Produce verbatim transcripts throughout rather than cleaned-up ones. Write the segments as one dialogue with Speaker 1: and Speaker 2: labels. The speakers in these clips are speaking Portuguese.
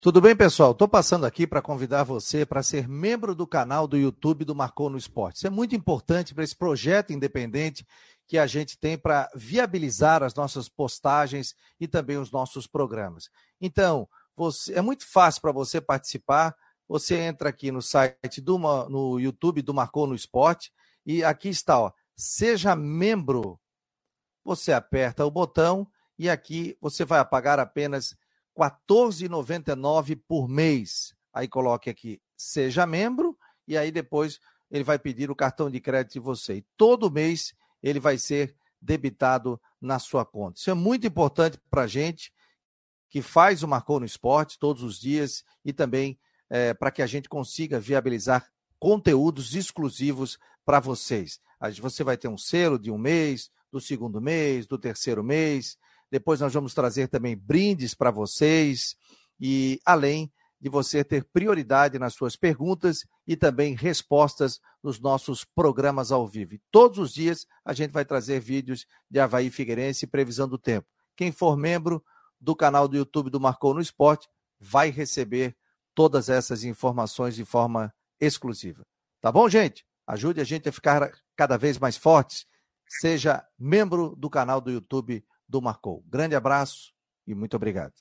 Speaker 1: Tudo bem, pessoal? Estou passando aqui para convidar você para ser membro do canal do YouTube do Marcou no Esporte. Isso é muito importante para esse projeto independente que a gente tem para viabilizar as nossas postagens e também os nossos programas. Então, você, é muito fácil para você participar. Você entra aqui no site do no YouTube do Marcou no Esporte e aqui está, ó, seja membro. Você aperta o botão e aqui você vai pagar apenas quatorze reais e noventa e nove centavos por mês. Aí coloque aqui, seja membro, e aí depois ele vai pedir o cartão de crédito de você. E todo mês ele vai ser debitado na sua conta. Isso é muito importante para a gente, que faz o Marcou no Esporte todos os dias, e também é, para que a gente consiga viabilizar conteúdos exclusivos para vocês. Você vai ter um selo de um mês, do segundo mês, do terceiro mês. Depois nós vamos trazer também brindes para vocês e além de você ter prioridade nas suas perguntas e também respostas nos nossos programas ao vivo. E todos os dias a gente vai trazer vídeos de Avaí Figueirense e previsão do tempo. Quem for membro do canal do YouTube do Marcou no Esporte vai receber todas essas informações de forma exclusiva. Tá bom, gente? Ajude a gente a ficar cada vez mais fortes. Seja membro do canal do YouTube do Marcou. Grande abraço e muito obrigado.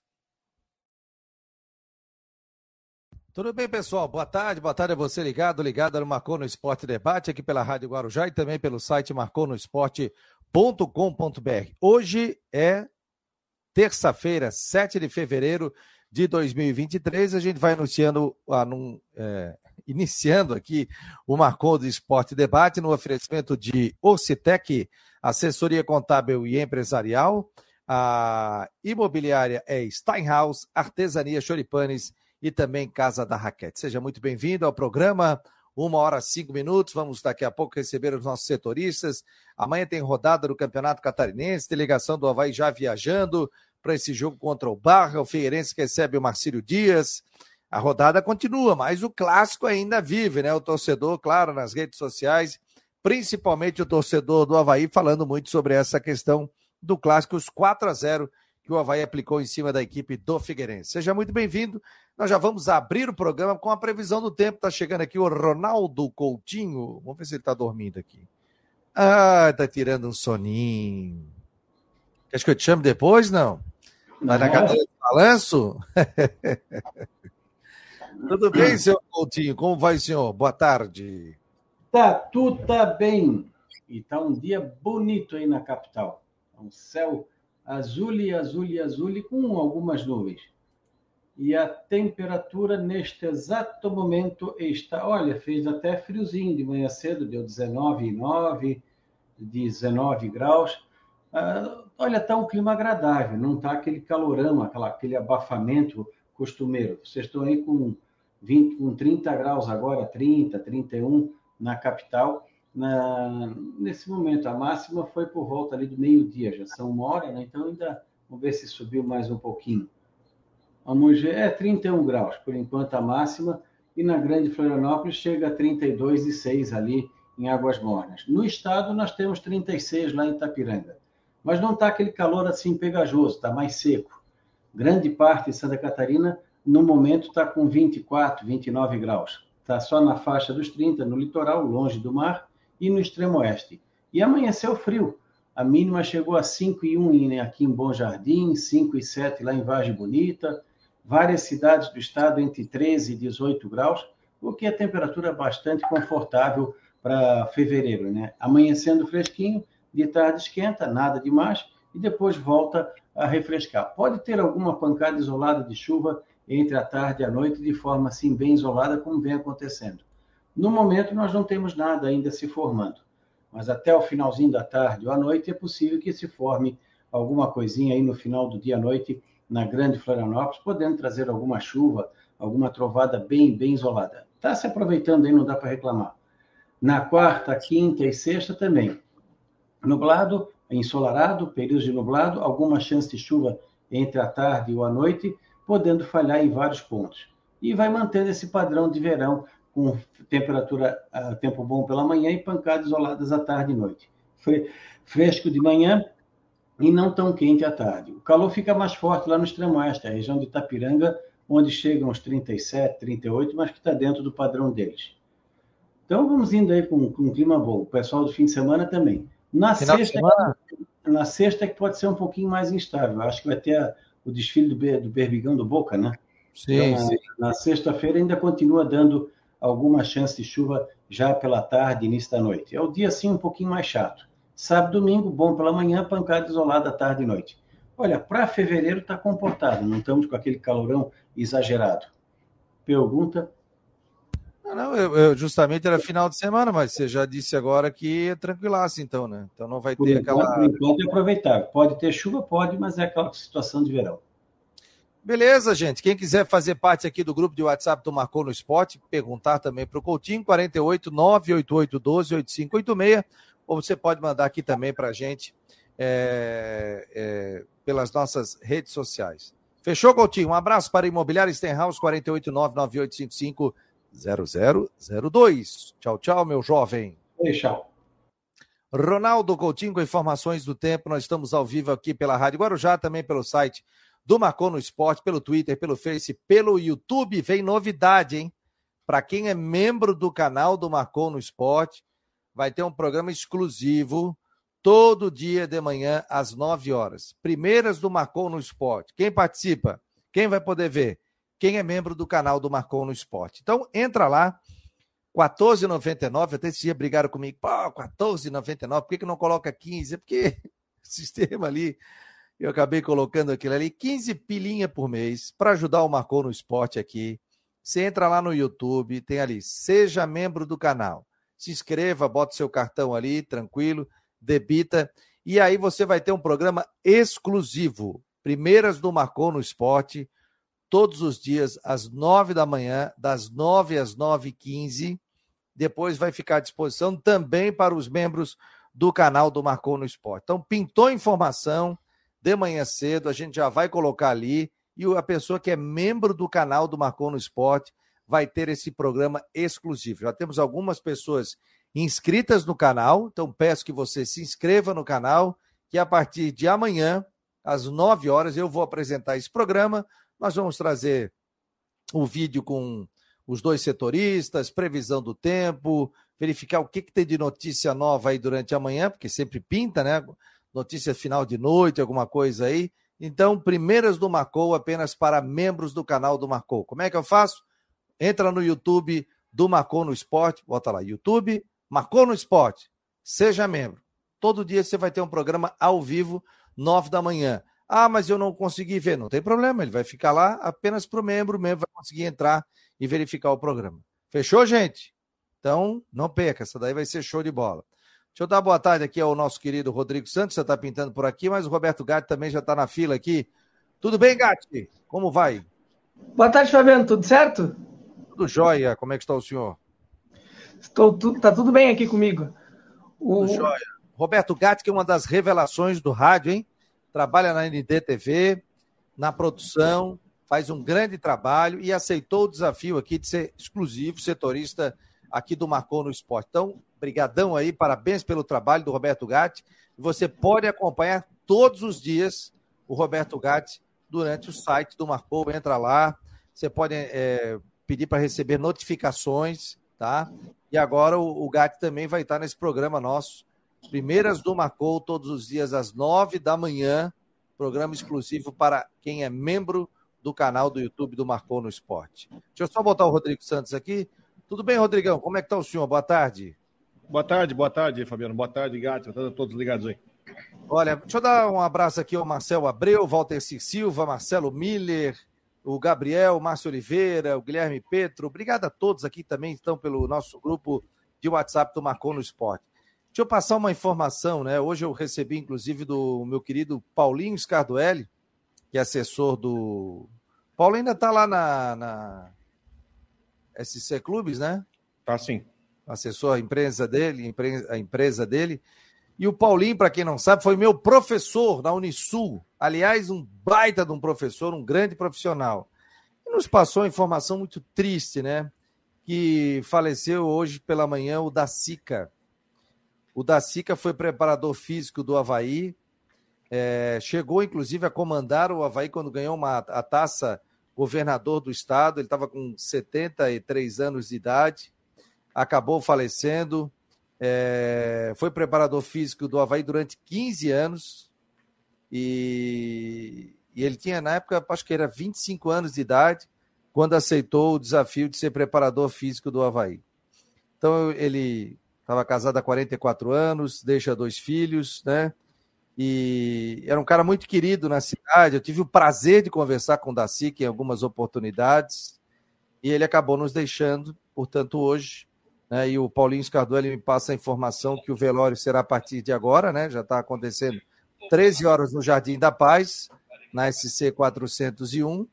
Speaker 1: Tudo bem, pessoal? Boa tarde, boa tarde a você ligado, ligado no Marcou no Esporte Debate, aqui pela Rádio Guarujá e também pelo site marcou no esporte ponto com ponto b r. Hoje é terça-feira, sete de fevereiro de dois mil e vinte e três, a gente vai anunciando, anun, é, iniciando aqui o Marcou do Esporte Debate no oferecimento de Ocitec, assessoria contábil e empresarial, a imobiliária é Steinhaus, artesania Choripanes e também Casa da Raquete. Seja muito bem-vindo ao programa, uma hora cinco minutos, vamos daqui a pouco receber os nossos setoristas. Amanhã tem rodada do Campeonato Catarinense, delegação do Avaí já viajando para esse jogo contra o Barra, o Figueirense que recebe o Marcílio Dias. A rodada continua, mas o clássico ainda vive, né? O torcedor, claro, nas redes sociais, principalmente o torcedor do Avaí, falando muito sobre essa questão do clássico, os quatro a zero que o Avaí aplicou em cima da equipe do Figueirense. Seja muito bem-vindo. Nós já vamos abrir o programa com a previsão do tempo. Está chegando aqui o Ronaldo Coutinho. Vamos ver se ele está dormindo aqui. Ah, está tirando um soninho. Quer que eu te chame depois? Não? Vai na cadeira de balanço? Tudo bem, senhor Coutinho? Como vai, senhor? Boa tarde.
Speaker 2: Tá, tudo tá bem. E tá um dia bonito aí na capital. Um céu azul e azul e azul e com algumas nuvens. E a temperatura neste exato momento está, olha, fez até friozinho de manhã cedo, deu dezenove vírgula nove, dezenove graus. Ah, olha, está um clima agradável, não está aquele calorão, aquela, aquele abafamento costumeiro. Vocês estão aí com, vinte, com trinta graus agora, trinta, trinta e um na capital. Na, nesse momento, a máxima foi por volta ali do meio-dia, já são uma hora, né? Então ainda vamos ver se subiu mais um pouquinho. Vamos ver, é trinta e um graus, por enquanto a máxima, e na Grande Florianópolis chega a trinta e dois vírgula seis ali em Águas Mornas. No estado nós temos trinta e seis lá em Itapiranga, mas não está aquele calor assim pegajoso, está mais seco. Grande parte de Santa Catarina, no momento, está com vinte e quatro, vinte e nove graus. Está só na faixa dos trinta, no litoral, longe do mar, e no extremo oeste. E amanheceu frio. A mínima chegou a cinco e um aqui em Bom Jardim, cinco e sete lá em Vargem Bonita. Várias cidades do estado entre treze e dezoito graus, o que é temperatura bastante confortável para fevereiro, né? Amanhecendo fresquinho, de tarde esquenta, nada demais, e depois volta a refrescar. Pode ter alguma pancada isolada de chuva entre a tarde e a noite, de forma assim bem isolada, como vem acontecendo. No momento, nós não temos nada ainda se formando, mas até o finalzinho da tarde ou à noite é possível que se forme alguma coisinha aí no final do dia à noite na Grande Florianópolis, podendo trazer alguma chuva, alguma trovada bem, bem isolada. Está se aproveitando aí, não dá para reclamar. Na quarta, quinta e sexta também. Nublado, ensolarado, períodos de nublado, alguma chance de chuva entre a tarde ou a noite, podendo falhar em vários pontos. E vai mantendo esse padrão de verão, com temperatura, uh, tempo bom pela manhã e pancadas isoladas à tarde e noite. Fresco de manhã e não tão quente à tarde. O calor fica mais forte lá no extremo oeste, a região de Itapiranga, onde chegam aos trinta e sete, trinta e oito, mas que está dentro do padrão deles. Então vamos indo aí com, com um clima bom. O pessoal do fim de semana também. Na
Speaker 1: Final de
Speaker 2: sexta,
Speaker 1: semana?
Speaker 2: na sexta é que pode ser um pouquinho mais instável. Acho que vai ter a, o desfile do, Ber, do Berbigão do Boca, né?
Speaker 1: Sim,
Speaker 2: então,
Speaker 1: sim.
Speaker 2: Na, na sexta-feira ainda continua dando alguma chance de chuva já pela tarde, início da noite. É o dia, assim, um pouquinho mais chato. Sábado, domingo, bom pela manhã, pancada isolada tarde e noite. Olha, para fevereiro está comportado, não estamos com aquele calorão exagerado. Pergunta...
Speaker 1: Não, eu, eu justamente era final de semana, mas você já disse agora que é tranquilaço, então, né? Então não vai
Speaker 2: por
Speaker 1: ter
Speaker 2: enquanto,
Speaker 1: aquela...
Speaker 2: Por enquanto é aproveitável. Pode ter chuva? Pode, mas é aquela situação de verão.
Speaker 1: Beleza, gente. Quem quiser fazer parte aqui do grupo de WhatsApp do Marcou no Esporte, perguntar também para o Coutinho, quarenta e oito, nove oito oito, doze, oitenta e cinco oitenta e seis, ou você pode mandar aqui também para a gente é, é, pelas nossas redes sociais. Fechou, Coutinho? Um abraço para a Imobiliária Stenhouse, quarenta e oito, nove nove oito cinco cinco, zero zero zero dois. Tchau, tchau, meu jovem.
Speaker 2: Oi, tchau.
Speaker 1: Ronaldo Coutinho com informações do tempo. Nós estamos ao vivo aqui pela Rádio Guarujá, também pelo site do Marcou no Esporte, pelo Twitter, pelo Face, pelo YouTube. Vem novidade, hein? Para quem é membro do canal do Marcou no Esporte, vai ter um programa exclusivo todo dia de manhã às nove horas. Primeiras do Marcou no Esporte. Quem participa? Quem vai poder ver? Quem é membro do canal do Marcou no Esporte. Então, entra lá, quatorze reais e noventa e nove centavos, até esse dia brigaram comigo, pô, quatorze reais e noventa e nove centavos, por que, que não coloca quinze? É porque o sistema ali, eu acabei colocando aquilo ali, quinze pilinha por mês, para ajudar o Marcou no Esporte aqui. Você entra lá no YouTube, tem ali, seja membro do canal, se inscreva, bota seu cartão ali, tranquilo, debita, e aí você vai ter um programa exclusivo, primeiras do Marcou no Esporte, todos os dias, às nove da manhã, das nove às nove e quinze. Depois vai ficar à disposição também para os membros do canal do Marcou no Esporte. Então, pintou informação de manhã cedo, a gente já vai colocar ali, e a pessoa que é membro do canal do Marcou no Esporte vai ter esse programa exclusivo. Já temos algumas pessoas inscritas no canal, então peço que você se inscreva no canal, que a partir de amanhã, às nove horas, eu vou apresentar esse programa. Nós vamos trazer o vídeo com os dois setoristas, previsão do tempo, verificar o que, que tem de notícia nova aí durante a manhã, porque sempre pinta, né? Notícia final de noite, alguma coisa aí. Então, primeiras do Marcou apenas para membros do canal do Marcou. Como é que eu faço? Entra no YouTube do Marcou no Esporte, bota lá, YouTube, Marcou no Esporte, seja membro. Todo dia você vai ter um programa ao vivo, nove da manhã. Ah, mas eu não consegui ver. Não tem problema, ele vai ficar lá apenas para o membro, o membro vai conseguir entrar e verificar o programa. Fechou, gente? Então, não perca, essa daí vai ser show de bola. Deixa eu dar boa tarde aqui ao nosso querido Rodrigo Santos, já está pintando por aqui, mas o Roberto Gatti também já está na fila aqui. Tudo bem, Gatti? Como vai?
Speaker 3: Boa tarde, Fabiano, tudo certo?
Speaker 1: Tudo jóia, como é que está o senhor?
Speaker 3: Estou, tu, tá tudo bem aqui comigo.
Speaker 1: O... Tudo jóia. Roberto Gatti, que é uma das revelações do rádio, hein? Trabalha na N D T V, na produção, faz um grande trabalho e aceitou o desafio aqui de ser exclusivo, setorista aqui do Marcou no Esporte. Então, brigadão aí, parabéns pelo trabalho do Roberto Gatti. Você pode acompanhar todos os dias o Roberto Gatti durante o site do Marcou. Entra lá, você pode é, pedir para receber notificações, tá? E agora o, o Gatti também vai estar nesse programa nosso, Primeiras do Marcou, todos os dias às nove da manhã, programa exclusivo para quem é membro do canal do YouTube do Marcou no Esporte. Deixa eu só botar o Rodrigo Santos aqui. Tudo bem, Rodrigão? Como é que está o senhor? Boa tarde.
Speaker 4: Boa tarde, boa tarde, Fabiano. Boa tarde, Gatti. Todos ligados aí.
Speaker 1: Olha, deixa eu dar um abraço aqui ao Marcelo Abreu, Walter C. Silva, Marcelo Miller, o Gabriel, o Márcio Oliveira, o Guilherme Petro. Obrigado a todos aqui também que estão pelo nosso grupo de WhatsApp do Marcou no Esporte. Deixa eu passar uma informação, né? Hoje eu recebi, inclusive, do meu querido Paulinho Scardoelli, que é assessor do... Paulo ainda está lá na, na S C Clubes, né?
Speaker 4: Tá sim.
Speaker 1: Assessor a empresa dele, a empresa dele. E o Paulinho, para quem não sabe, foi meu professor na Unisul. Aliás, um baita de um professor, um grande profissional. E nos passou uma informação muito triste, né? Que faleceu hoje pela manhã o Dacica. O Dacica foi preparador físico do Avaí, é, chegou inclusive a comandar o Avaí quando ganhou uma, a taça governador do estado, ele estava com setenta e três anos de idade, acabou falecendo, é, foi preparador físico do Avaí durante quinze anos, e, e ele tinha, na época, acho que era vinte e cinco anos de idade, quando aceitou o desafio de ser preparador físico do Avaí. Então, ele estava casado há quarenta e quatro anos, deixa dois filhos, né? E era um cara muito querido na cidade. Eu tive o prazer de conversar com o Dacic em algumas oportunidades, e ele acabou nos deixando, portanto, hoje, né? E o Paulinho Scardoelli me passa a informação que o velório será a partir de agora, né? Já está acontecendo treze horas no Jardim da Paz, na S C quatrocentos e um,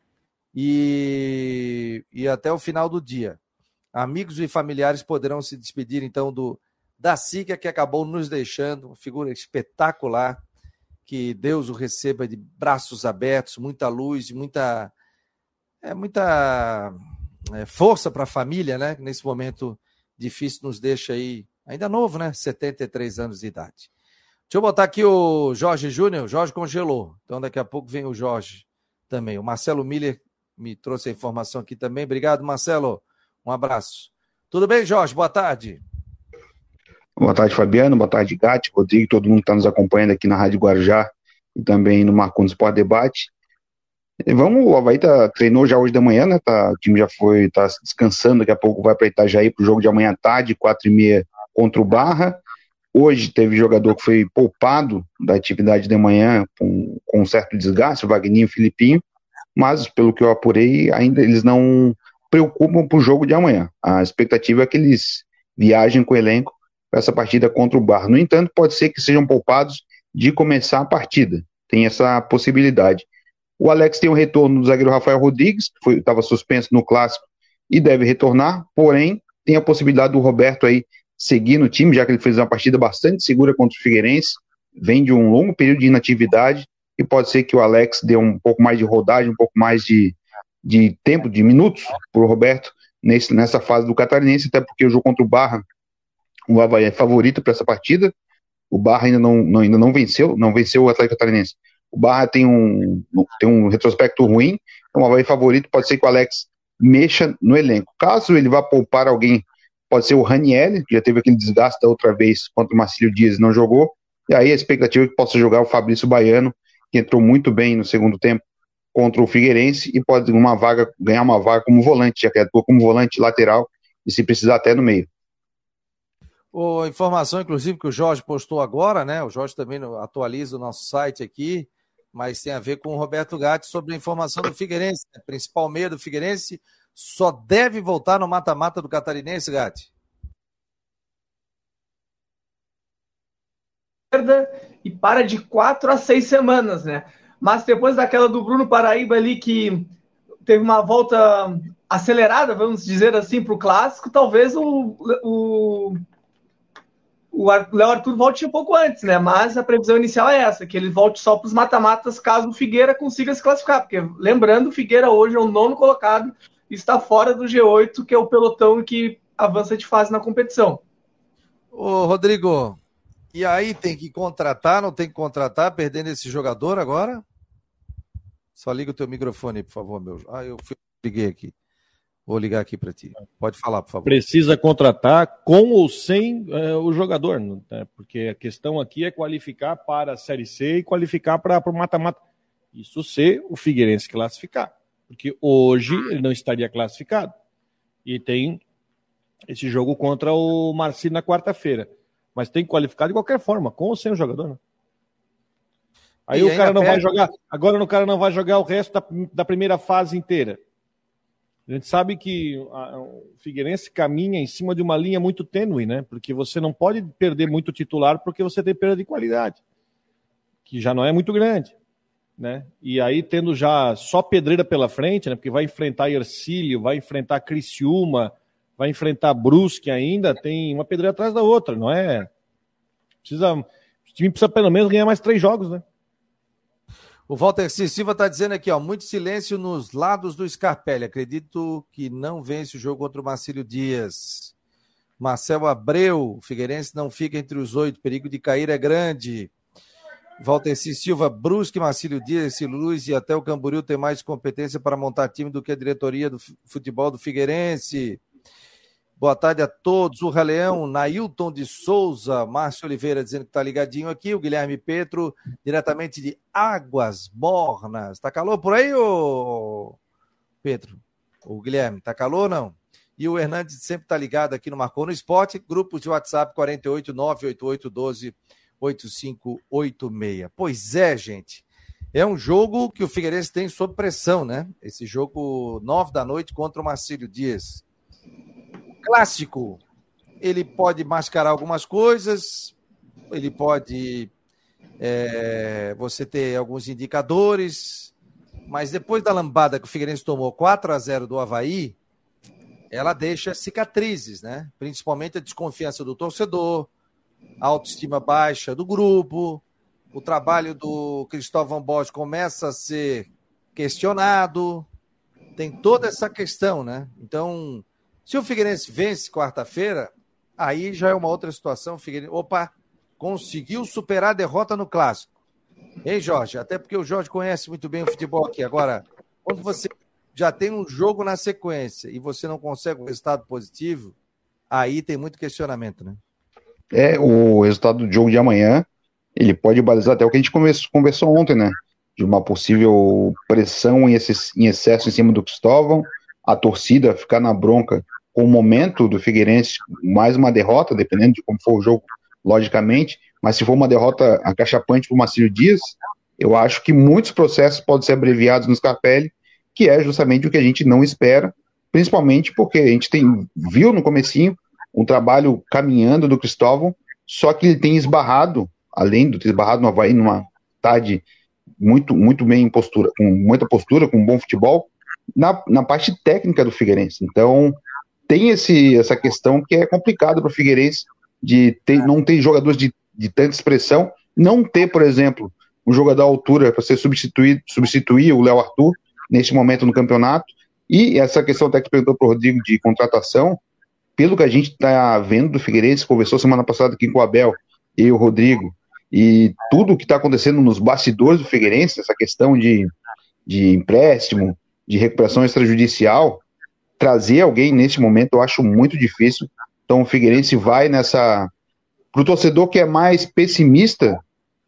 Speaker 1: e, e até o final do dia. Amigos e familiares poderão se despedir, então, do Dacic, que acabou nos deixando, uma figura espetacular, que Deus o receba de braços abertos, muita luz, muita, é, muita é, força para a família, né? Nesse momento difícil, nos deixa aí, ainda novo, né? setenta e três anos de idade. Deixa eu botar aqui o Jorge Júnior. O Jorge congelou, então daqui a pouco vem o Jorge também. O Marcelo Miller me trouxe a informação aqui também. Obrigado, Marcelo. Um abraço. Tudo bem, Jorge? Boa tarde.
Speaker 5: Boa tarde, Fabiano. Boa tarde, Gatti, Rodrigo, todo mundo que está nos acompanhando aqui na Rádio Guarujá e também no Marcou no Sport Debate. E vamos, o Avaí tá, treinou já hoje da manhã, né? Tá, o time já foi, tá descansando, daqui a pouco vai para Itajaí para o jogo de amanhã à tarde, quatro e meia contra o Barra. Hoje teve jogador que foi poupado da atividade de manhã com, com um certo desgaste, o Wagninho e o Filipinho, mas pelo que eu apurei, ainda eles não preocupam para o jogo de amanhã. A expectativa é que eles viajem com o elenco para essa partida contra o Barra. No entanto, pode ser que sejam poupados de começar a partida. Tem essa possibilidade. O Alex tem o retorno do zagueiro Rafael Rodrigues, que estava suspenso no Clássico e deve retornar, porém tem a possibilidade do Roberto aí seguir no time, já que ele fez uma partida bastante segura contra o Figueirense, vem de um longo período de inatividade, e pode ser que o Alex dê um pouco mais de rodagem, um pouco mais de, de tempo, de minutos, para o Roberto nesse, nessa fase do Catarinense, até porque o jogo contra o Barra, o Avaí é favorito para essa partida. O Barra ainda não, não, ainda não venceu, não venceu o Atlético Catarinense. O Barra tem um, tem um retrospecto ruim, então o Avaí favorito, pode ser que o Alex mexa no elenco. Caso ele vá poupar alguém, pode ser o Ranieri, que já teve aquele desgaste da outra vez contra o Marcílio Dias e não jogou, e aí a expectativa é que possa jogar o Fabrício Baiano, que entrou muito bem no segundo tempo contra o Figueirense e pode uma vaga, ganhar uma vaga como volante, já que atua como volante lateral e se precisar até no meio.
Speaker 1: O, informação, inclusive, que o Jorge postou agora, né? O Jorge também atualiza o nosso site aqui, mas tem a ver com o Roberto Gatti sobre a informação do Figueirense, né? Principal meia do Figueirense só deve voltar no mata-mata do Catarinense, Gatti.
Speaker 3: E para de quatro a seis semanas, né? Mas depois daquela do Bruno Paraíba ali, que teve uma volta acelerada, vamos dizer assim, para o Clássico, talvez o, o, o Léo Arthur volte um pouco antes, né? Mas a previsão inicial é essa, que ele volte só para os mata-matas caso o Figueira consiga se classificar, porque lembrando, o Figueira hoje é o nono colocado, está fora do G oito, que é o pelotão que avança de fase na competição.
Speaker 1: Ô, Rodrigo, e aí tem que contratar, não tem que contratar, perdendo esse jogador agora? Só liga o teu microfone aí, por favor, meu. Ah, eu fui, liguei aqui. Vou ligar aqui para ti. Pode falar, por favor.
Speaker 4: Precisa contratar com ou sem é, o jogador, né? Porque a questão aqui é qualificar para a Série C e qualificar para o mata-mata. Isso se o Figueirense classificar. Porque hoje ele não estaria classificado. E tem esse jogo contra o Marcílio na quarta-feira. Mas tem que qualificar de qualquer forma, com ou sem o jogador, né? Aí e o cara não pega... vai jogar. Agora o cara não vai jogar o resto da, da primeira fase inteira. A gente sabe que a, o Figueirense caminha em cima de uma linha muito tênue, né? Porque você não pode perder muito titular porque você tem perda de qualidade, que já não é muito grande, né? E aí tendo já só pedreira pela frente, né? Porque vai enfrentar Ercílio, vai enfrentar Criciúma, vai enfrentar Brusque ainda, tem uma pedreira atrás da outra, não é? Precisa, o time precisa pelo menos ganhar mais três jogos, né?
Speaker 1: O Walter C. Silva está dizendo aqui, ó, muito silêncio nos lados do Scarpelli. Acredito que não vence o jogo contra o Marcílio Dias. Marcelo Abreu, o Figueirense não fica entre os oito, perigo de cair é grande. Valteci Silva, Brusque, Marcílio Dias, Ciro Luz e até o Camboriú tem mais competência para montar time do que a diretoria do futebol do Figueirense. Boa tarde a todos. O Leão, Nailton de Souza, Márcio Oliveira dizendo que está ligadinho aqui. O Guilherme Petro, diretamente de Águas Mornas. Tá calor por aí, ô Pedro? O Guilherme, tá calor ou não? E o Hernandes sempre está ligado aqui no Marcou no Esporte. Grupos de WhatsApp quatro oito nove oito oito um dois oito cinco oito seis. Pois é, gente. É um jogo que o Figueirense tem sob pressão, né? Esse jogo nove da noite contra o Marcílio Dias. Clássico. Ele pode mascarar algumas coisas, ele pode é, você ter alguns indicadores, mas depois da lambada que o Figueirense tomou quatro a zero do Avaí, ela deixa cicatrizes, né? Principalmente a desconfiança do torcedor, a autoestima baixa do grupo, o trabalho do Cristóvão Borges começa a ser questionado, tem toda essa questão, né? Então, se o Figueirense vence quarta-feira, aí já é uma outra situação. O Figueirense, opa, conseguiu superar a derrota no Clássico. Hein, Jorge? Até porque o Jorge conhece muito bem o futebol aqui. Agora, quando você já tem um jogo na sequência e você não consegue um resultado positivo, aí tem muito questionamento, né?
Speaker 5: É, o resultado do jogo de amanhã, ele pode balizar até o que a gente conversou ontem, né? De uma possível pressão em excesso em cima do Cristóvão, a torcida ficar na bronca com o momento do Figueirense, mais uma derrota, dependendo de como for o jogo, logicamente, mas se for uma derrota acachapante para o Marcílio Dias, eu acho que muitos processos podem ser abreviados no Scarpelli, que é justamente o que a gente não espera, principalmente porque a gente tem, viu no comecinho um trabalho caminhando do Cristóvão, só que ele tem esbarrado, além de ter esbarrado no Avaí numa tarde muito, muito bem em postura, com muita postura, com um bom futebol, na, na parte técnica do Figueirense. Então, tem esse, essa questão que é complicada para o Figueirense, de ter, não ter jogadores de, de tanta expressão, não ter, por exemplo, um jogador à altura para ser substituído, substituir o Léo Arthur, neste momento no campeonato, e essa questão até que perguntou para o Rodrigo de contratação, pelo que a gente está vendo do Figueirense, conversou semana passada aqui com o Abel e o Rodrigo, e tudo o que está acontecendo nos bastidores do Figueirense, essa questão de, de empréstimo, de recuperação extrajudicial, trazer alguém nesse momento eu acho muito difícil. Então o Figueirense vai nessa... Para o torcedor que é mais pessimista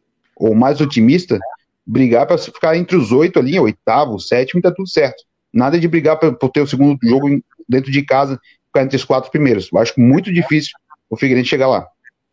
Speaker 5: ou mais otimista, brigar para ficar entre os oito ali, oitavo, sétimo, e tá tudo certo. Nada de brigar por, por ter o segundo jogo dentro de casa, ficar entre os quatro primeiros. Eu acho muito difícil o Figueirense chegar lá.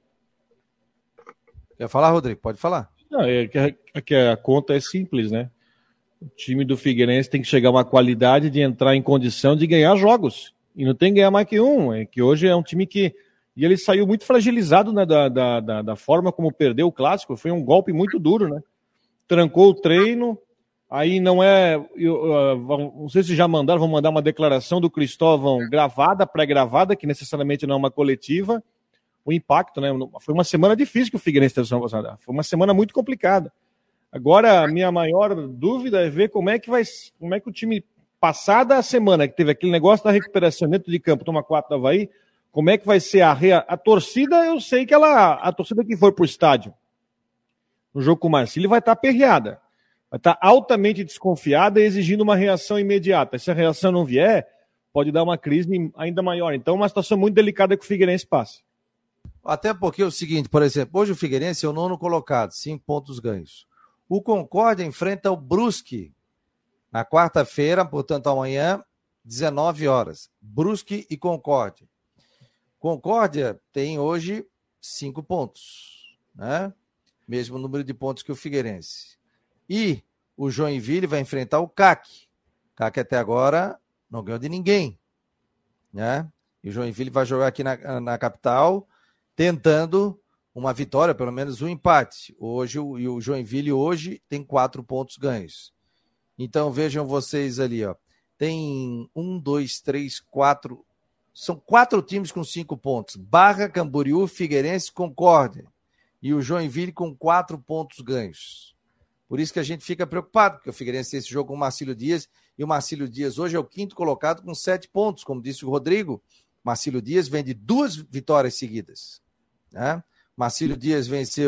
Speaker 1: Quer falar, Rodrigo? Pode falar.
Speaker 4: Não, é que a, é que a conta é simples, né? O time do Figueirense tem que chegar a uma qualidade de entrar em condição de ganhar jogos. E não tem que ganhar mais que um. É que hoje é um time que... E ele saiu muito fragilizado, né, da, da, da, da forma como perdeu o Clássico. Foi um golpe muito duro, né? Trancou o treino. Aí não é... Eu, eu, não sei se já mandaram, vão mandar uma declaração do Cristóvão gravada, pré-gravada, que necessariamente não é uma coletiva. O impacto, né? Foi uma semana difícil que o Figueirense teve semana passada. Foi uma semana muito complicada. Agora, a minha maior dúvida é ver como é que vai, como é que o time, passada a semana que teve aquele negócio da recuperação dentro de campo, toma quatro do Avaí, como é que vai ser a rea... A torcida, eu sei que ela, a torcida que for pro estádio no jogo com o Marcílio vai estar aperreada, vai estar altamente desconfiada e exigindo uma reação imediata. Se a reação não vier, pode dar uma crise ainda maior. Então, uma situação muito delicada que o Figueirense passa.
Speaker 1: Até porque é o seguinte, por exemplo, hoje o Figueirense é o nono colocado, cinco pontos ganhos. O Concórdia enfrenta o Brusque na quarta-feira, portanto amanhã, dezenove horas. Brusque e Concórdia. Concórdia tem hoje cinco pontos, né? Mesmo número de pontos que o Figueirense. E o Joinville vai enfrentar o C A C. O C A C até agora não ganhou de ninguém, né? E o Joinville vai jogar aqui na, na capital, tentando uma vitória, pelo menos um empate. Hoje, o, e o Joinville hoje tem quatro pontos ganhos. Então, vejam vocês ali, ó. Tem um, dois, três, quatro... São quatro times com cinco pontos. Barra, Camboriú, Figueirense, Concórdia. E o Joinville com quatro pontos ganhos. Por isso que a gente fica preocupado, porque o Figueirense tem esse jogo com o Marcílio Dias, e o Marcílio Dias hoje é o quinto colocado com sete pontos. Como disse o Rodrigo, Marcílio Dias vem de duas vitórias seguidas, né? Marcílio Dias venceu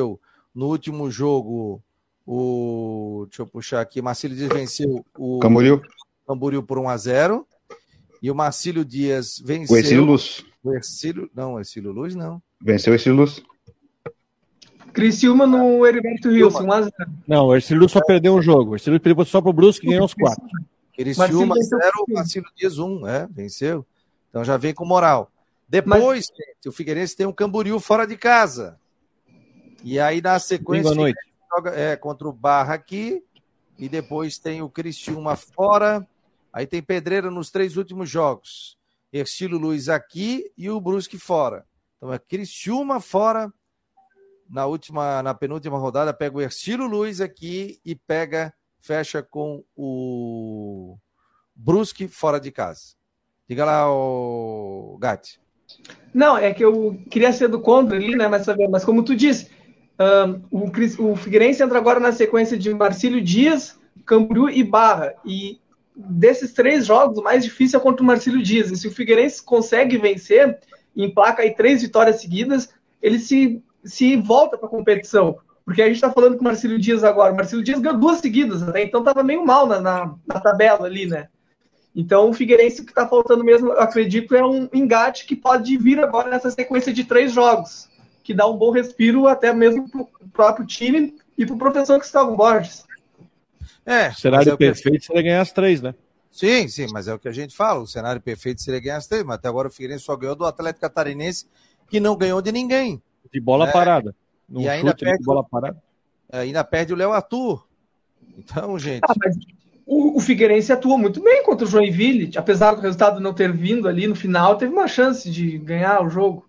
Speaker 1: No último jogo, o deixa eu puxar aqui, Marcílio Dias venceu o
Speaker 5: Camboriú.
Speaker 1: Camboriú por um a zero. E o Marcílio Dias venceu...
Speaker 5: O Ercílio Luz.
Speaker 1: O Ercílio... Não, o Ercílio Luz não.
Speaker 5: Venceu o Ercílio Luz.
Speaker 3: Criciúma no Heriberto Rios, um a zero.
Speaker 4: Não, o Ercílio Luz só perdeu um jogo. O Ercílio Luz perdeu só pro Brusque e ganhou os quatro.
Speaker 1: Criciúma zero, o Marcílio Dias um, é, venceu. Então já vem com moral. Depois, Mas... gente, o Figueirense tem um Camboriú fora de casa. E aí, na sequência,
Speaker 4: noite.
Speaker 1: joga é, contra o Barra aqui, e depois tem o Criciúma fora, aí tem Pedreira nos três últimos jogos. Ercílio Luz aqui e o Brusque fora. Então é Criciúma fora, na última, na penúltima rodada, pega o Ercílio Luz aqui e pega, fecha com o Brusque fora de casa. Diga lá, o Gatti.
Speaker 3: Não, é que eu queria ser do contra ali, né? Mas, mas como tu disse, um, o, o Figueirense entra agora na sequência de Marcílio Dias, Camboriú e Barra. E desses três jogos, o mais difícil é contra o Marcílio Dias. E se o Figueirense consegue vencer, emplaca aí três vitórias seguidas, ele se, se volta para a competição. Porque a gente está falando com o Marcílio Dias agora. O Marcílio Dias ganhou duas seguidas, né? Então estava meio mal na, na, na tabela ali, né? Então, o Figueirense, que está faltando mesmo, eu acredito, é um engate que pode vir agora nessa sequência de três jogos, que dá um bom respiro até mesmo para o próprio time e para o professor Gustavo Borges.
Speaker 1: É,
Speaker 4: o cenário
Speaker 1: é
Speaker 4: perfeito
Speaker 1: que...
Speaker 4: seria ganhar as três, né?
Speaker 1: Sim, sim, mas é o que a gente fala, o cenário perfeito seria ganhar as três, mas até agora o Figueirense só ganhou do Atlético Catarinense, que não ganhou de ninguém.
Speaker 4: De bola
Speaker 1: né?
Speaker 4: parada. Num
Speaker 1: e ainda
Speaker 4: chute
Speaker 1: perde,
Speaker 4: de bola parada.
Speaker 1: Ainda perde o Léo Arthur. Então, gente...
Speaker 3: Ah, mas... O, o Figueirense atuou muito bem contra o Joinville, apesar do resultado não ter vindo ali no final, teve uma chance de ganhar o jogo.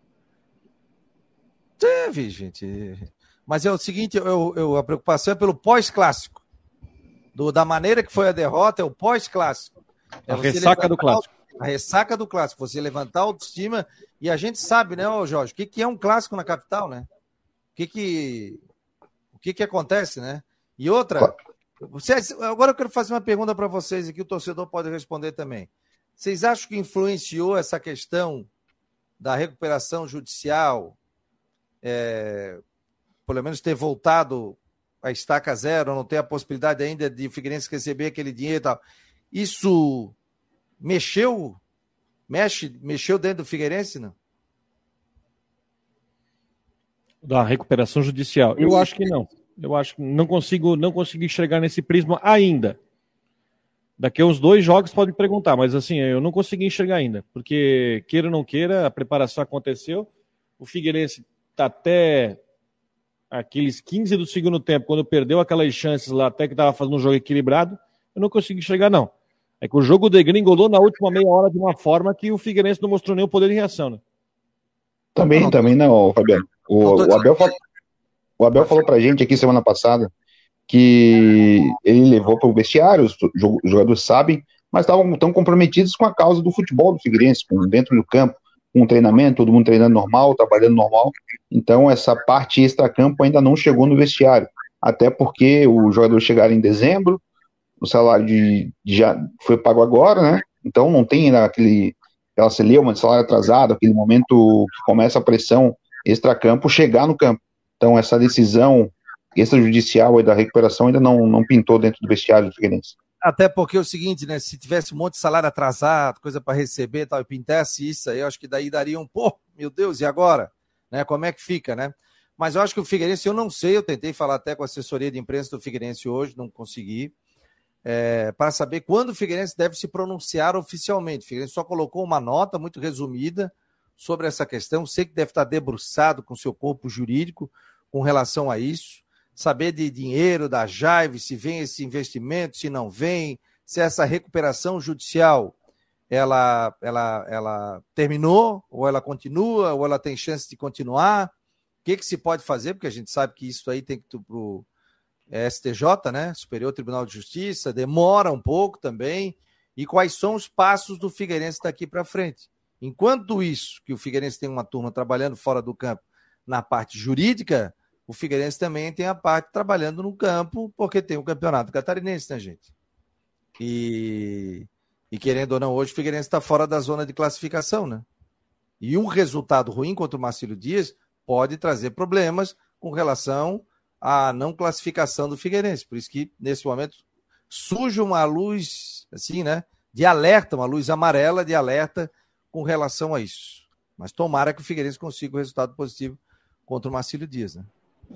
Speaker 1: Teve, gente. Mas é o seguinte, eu, eu, a preocupação é pelo pós-clássico. Do, da maneira que foi a derrota, é o pós-clássico. É
Speaker 4: a ressaca do clássico.
Speaker 1: A ressaca do clássico, você levantar a autoestima, e a gente sabe, né, ô Jorge, o que, que é um clássico na capital, né? O que que, o que, que acontece, né? E outra... Vocês, agora eu quero fazer uma pergunta para vocês aqui, o torcedor pode responder também. Vocês acham que influenciou essa questão da recuperação judicial, é, pelo menos ter voltado a estaca zero, não ter a possibilidade ainda de o Figueirense receber aquele dinheiro e tal? Isso mexeu, mexe, mexeu dentro do Figueirense, não?
Speaker 4: Da recuperação judicial? Eu acho que não. Eu acho que não consigo, não consigo enxergar nesse prisma ainda. Daqui a uns dois jogos pode me perguntar, mas assim, eu não consegui enxergar ainda. Porque, queira ou não queira, a preparação aconteceu. O Figueirense está até aqueles quinze do segundo tempo, quando perdeu aquelas chances lá, até que estava fazendo um jogo equilibrado, eu não consigo enxergar, não. É que o jogo degringolou na última meia hora de uma forma que o Figueirense não mostrou nenhum poder de reação, né?
Speaker 5: Também, não, também não, Fabiano. O, o Abel falou... O Abel falou pra gente aqui semana passada que ele levou para o vestiário, os jogadores sabem, mas estavam tão comprometidos com a causa do futebol do Figueirense, dentro do campo, com o treinamento, todo mundo treinando normal, trabalhando normal. Então essa parte extra-campo ainda não chegou no vestiário, até porque os jogadores chegaram em dezembro, o salário de, de já foi pago agora, né? Então não tem ainda aquele, aquela celeuma de salário atrasado, aquele momento que começa a pressão extra-campo chegar no campo. Então, essa decisão extrajudicial e da recuperação ainda não, não pintou dentro do vestiário do Figueirense.
Speaker 1: Até porque é o seguinte, né? Se tivesse um monte de salário atrasado, coisa para receber, tal, e pintasse isso aí, eu acho que daí daria um, pô, meu Deus, e agora? Né? Como é que fica, né? Mas eu acho que o Figueirense, eu não sei, eu tentei falar até com a assessoria de imprensa do Figueirense hoje, não consegui, é, para saber quando o Figueirense deve se pronunciar oficialmente. O Figueirense só colocou uma nota muito resumida sobre essa questão, sei que deve estar debruçado com seu corpo jurídico com relação a isso, saber de dinheiro da Jaive, se vem esse investimento, se não vem, se essa recuperação judicial ela, ela, ela terminou, ou ela continua, ou ela tem chance de continuar, o que, que se pode fazer, porque a gente sabe que isso aí tem que ir para o S T J, né? Superior Tribunal de Justiça, demora um pouco também, e quais são os passos do Figueirense daqui para frente. Enquanto isso, que o Figueirense tem uma turma trabalhando fora do campo na parte jurídica, o Figueirense também tem a parte trabalhando no campo, porque tem o campeonato catarinense, né, gente? E, e querendo ou não, hoje o Figueirense está fora da zona de classificação, né? E um resultado ruim contra o Marcílio Dias pode trazer problemas com relação a não classificação do Figueirense. Por isso que, nesse momento, surge uma luz, assim, né, de alerta, uma luz amarela de alerta com relação a isso. Mas tomara que o Figueirense consiga o resultado positivo contra o Marcílio Dias, né?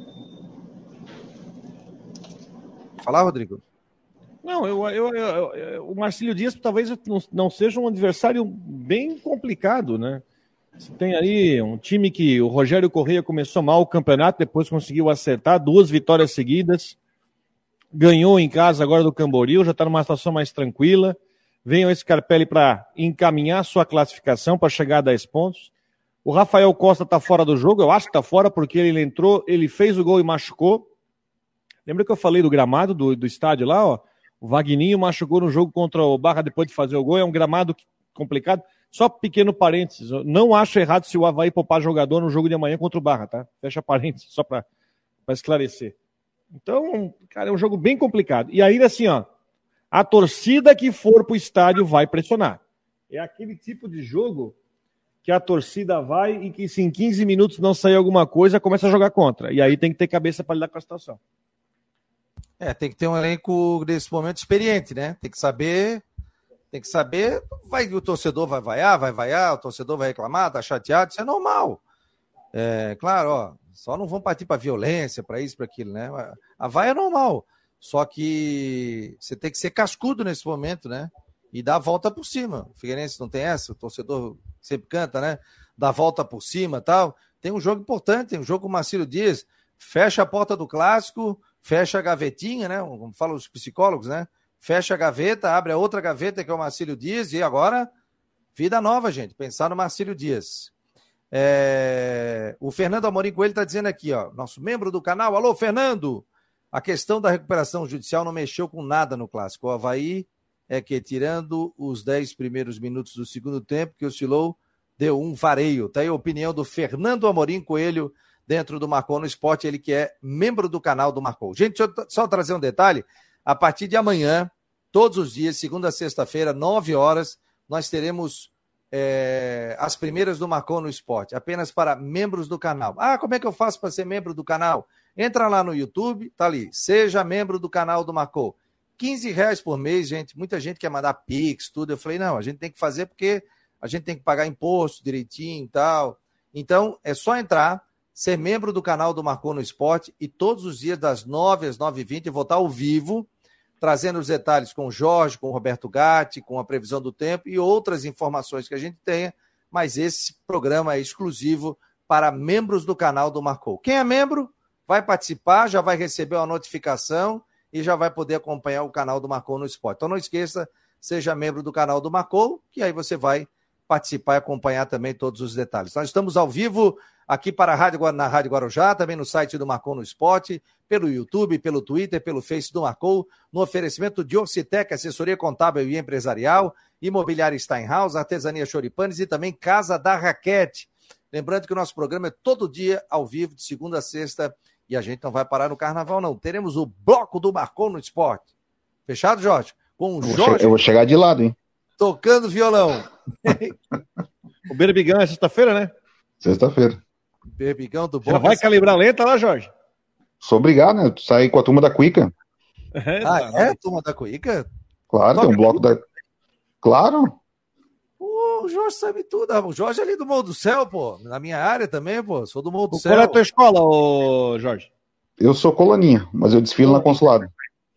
Speaker 1: Falar, Rodrigo?
Speaker 4: Não, eu, eu, eu, eu, o Marcílio Dias talvez não, não seja um adversário bem complicado, né? Você tem aí um time que o Rogério Corrêa começou mal o campeonato, depois conseguiu acertar, duas vitórias seguidas, ganhou em casa agora do Camboriú, já está numa situação mais tranquila. Vem o Scarpelli para encaminhar sua classificação para chegar a dez pontos. O Rafael Costa está fora do jogo, eu acho que está fora porque ele entrou, ele fez o gol e machucou. Lembra que eu falei do gramado do, do estádio lá, ó? O Vagninho machucou no jogo contra o Barra depois de fazer o gol, é um gramado complicado. Só pequeno parênteses, eu não acho errado se o Avaí poupar jogador no jogo de amanhã contra o Barra, tá? Fecha parênteses, só para esclarecer. Então, cara, é um jogo bem complicado. E ainda assim, ó, a torcida que for pro estádio vai pressionar. É aquele tipo de jogo que a torcida vai e que se em quinze minutos não sair alguma coisa, começa a jogar contra. E aí tem que ter cabeça para lidar com a situação.
Speaker 1: É, tem que ter um elenco nesse momento experiente, né? Tem que saber, tem que saber, vai, o torcedor vai vaiar, vai vaiar, o torcedor vai reclamar, tá chateado, isso é normal. É, claro, ó, só não vão partir para violência, para isso, para aquilo, né? A vaia é normal, só que você tem que ser cascudo nesse momento, né? E dar a volta por cima. O Figueirense não tem essa, o torcedor sempre canta, né? Dá a volta por cima e tal. Tem um jogo importante, tem um jogo com o Marcílio Dias, fecha a porta do clássico, fecha a gavetinha, né? Como falam os psicólogos, né? Fecha a gaveta, abre a outra gaveta que é o Marcílio Dias e agora, vida nova, gente. Pensar no Marcílio Dias. É... O Fernando Amorim Coelho está dizendo aqui, ó, nosso membro do canal. Alô, Fernando! A questão da recuperação judicial não mexeu com nada no clássico. O Avaí é que, tirando os dez primeiros minutos do segundo tempo, que oscilou, deu um vareio. Tá aí a opinião do Fernando Amorim Coelho, dentro do Marcou no Esporte, ele que é membro do canal do Marcou. Gente, deixa eu só trazer um detalhe. A partir de amanhã, todos os dias, segunda a sexta-feira, nove horas, nós teremos é, as primeiras do Marcou no Esporte, apenas para membros do canal. Ah, como é que eu faço para ser membro do canal? Entra lá no YouTube, tá ali, seja membro do canal do Marcou. quinze reais por mês, gente. Muita gente quer mandar Pix, tudo. Eu falei, não, a gente tem que fazer porque a gente tem que pagar imposto direitinho e tal. Então, é só entrar, ser membro do canal do Marcou no Esporte e todos os dias das nove às nove e vinte eu vou estar ao vivo, trazendo os detalhes com o Jorge, com o Roberto Gatti, com a previsão do tempo e outras informações que a gente tenha, mas esse programa é exclusivo para membros do canal do Marcou. Quem é membro vai participar, já vai receber uma notificação e já vai poder acompanhar o canal do Marcou no Esporte. Então não esqueça, seja membro do canal do Marcou, que aí você vai participar e acompanhar também todos os detalhes. Nós estamos ao vivo aqui para a Rádio, na Rádio Guarujá, também no site do Marcou no Esporte, pelo YouTube, pelo Twitter, pelo Face do Marcou, no oferecimento de Orcitec, assessoria contábil e empresarial, Imobiliária Steinhaus, Artesania Choripanes e também Casa da Raquete. Lembrando que o nosso programa é todo dia ao vivo, de segunda a sexta, e a gente não vai parar no carnaval, não. Teremos o bloco do Marcou no Esporte. Fechado, Jorge? Com o
Speaker 5: eu
Speaker 1: Jorge.
Speaker 5: Eu vou chegar de lado, hein?
Speaker 1: Tocando violão.
Speaker 4: O Berbigão é sexta-feira, né?
Speaker 5: Sexta-feira.
Speaker 1: Berbigão do bom.
Speaker 4: Já vai calibrar lenta lá, Jorge?
Speaker 5: Sou obrigado, né? Sair com a turma da Cuica.
Speaker 4: É,
Speaker 1: ah, é? A turma da Cuica?
Speaker 5: Claro, tem um bloco da... Claro.
Speaker 1: O Jorge sabe tudo. O Jorge é ali do Morro do Céu, pô. Na minha área também, pô. Sou do Morro do Céu.
Speaker 4: Qual é a tua escola, ô Jorge?
Speaker 5: Eu sou colaninha, mas eu desfilo na Consulado.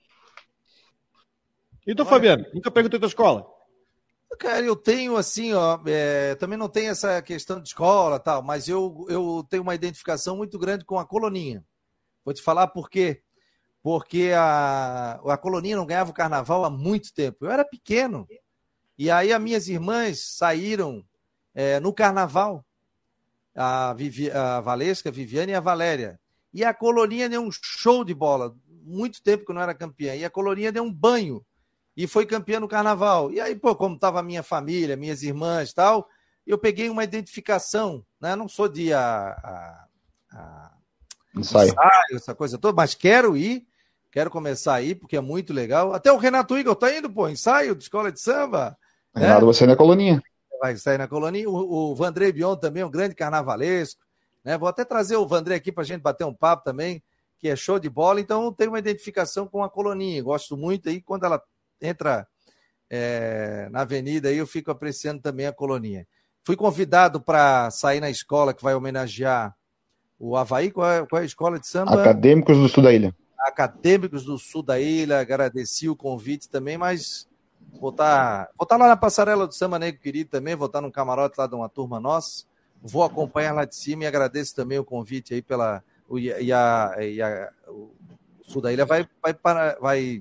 Speaker 4: E tu, Fabiano? Nunca perguntei tua escola?
Speaker 1: Cara, eu tenho assim, ó, é, também não tem essa questão de escola e tal, mas eu, eu tenho uma identificação muito grande com a Coloninha. Vou te falar por quê. Porque a, a Coloninha não ganhava o carnaval há muito tempo. Eu era pequeno. E aí as minhas irmãs saíram é, no carnaval. A, Vivi, a Valesca, a Viviane e a Valéria. E a Coloninha deu um show de bola. Muito tempo que eu não era campeã. E a Coloninha deu um banho. E foi campeã no carnaval. E aí, pô, como estava a minha família, minhas irmãs e tal, eu peguei uma identificação, né? Não sou de a, a, a...
Speaker 5: Ensaio.
Speaker 1: ensaio, essa coisa toda, mas quero ir, quero começar a ir, porque é muito legal. Até o Renato Igor tá indo, pô, ensaio de escola de samba.
Speaker 5: Renato, né? Você na Coloninha.
Speaker 1: Vai sair na Coloninha. O, o Vandré Bion também, um grande carnavalesco. Né? Vou até trazer o Vandré aqui pra gente bater um papo também, que é show de bola, então tem uma identificação com a Coloninha. Gosto muito aí, quando ela entra é, na avenida, aí eu fico apreciando também a Coloninha. Fui convidado para sair na escola que vai homenagear o Avaí. Qual é, qual é a escola de samba?
Speaker 5: Acadêmicos do Sul da Ilha.
Speaker 1: Acadêmicos do Sul da Ilha, agradeci o convite também, mas vou estar vou tá lá na passarela do Samba Negro Querido também, vou estar num camarote lá de uma turma nossa, vou acompanhar lá de cima e agradeço também o convite aí pela... O, e a, e a, o Sul da Ilha vai, vai, para, vai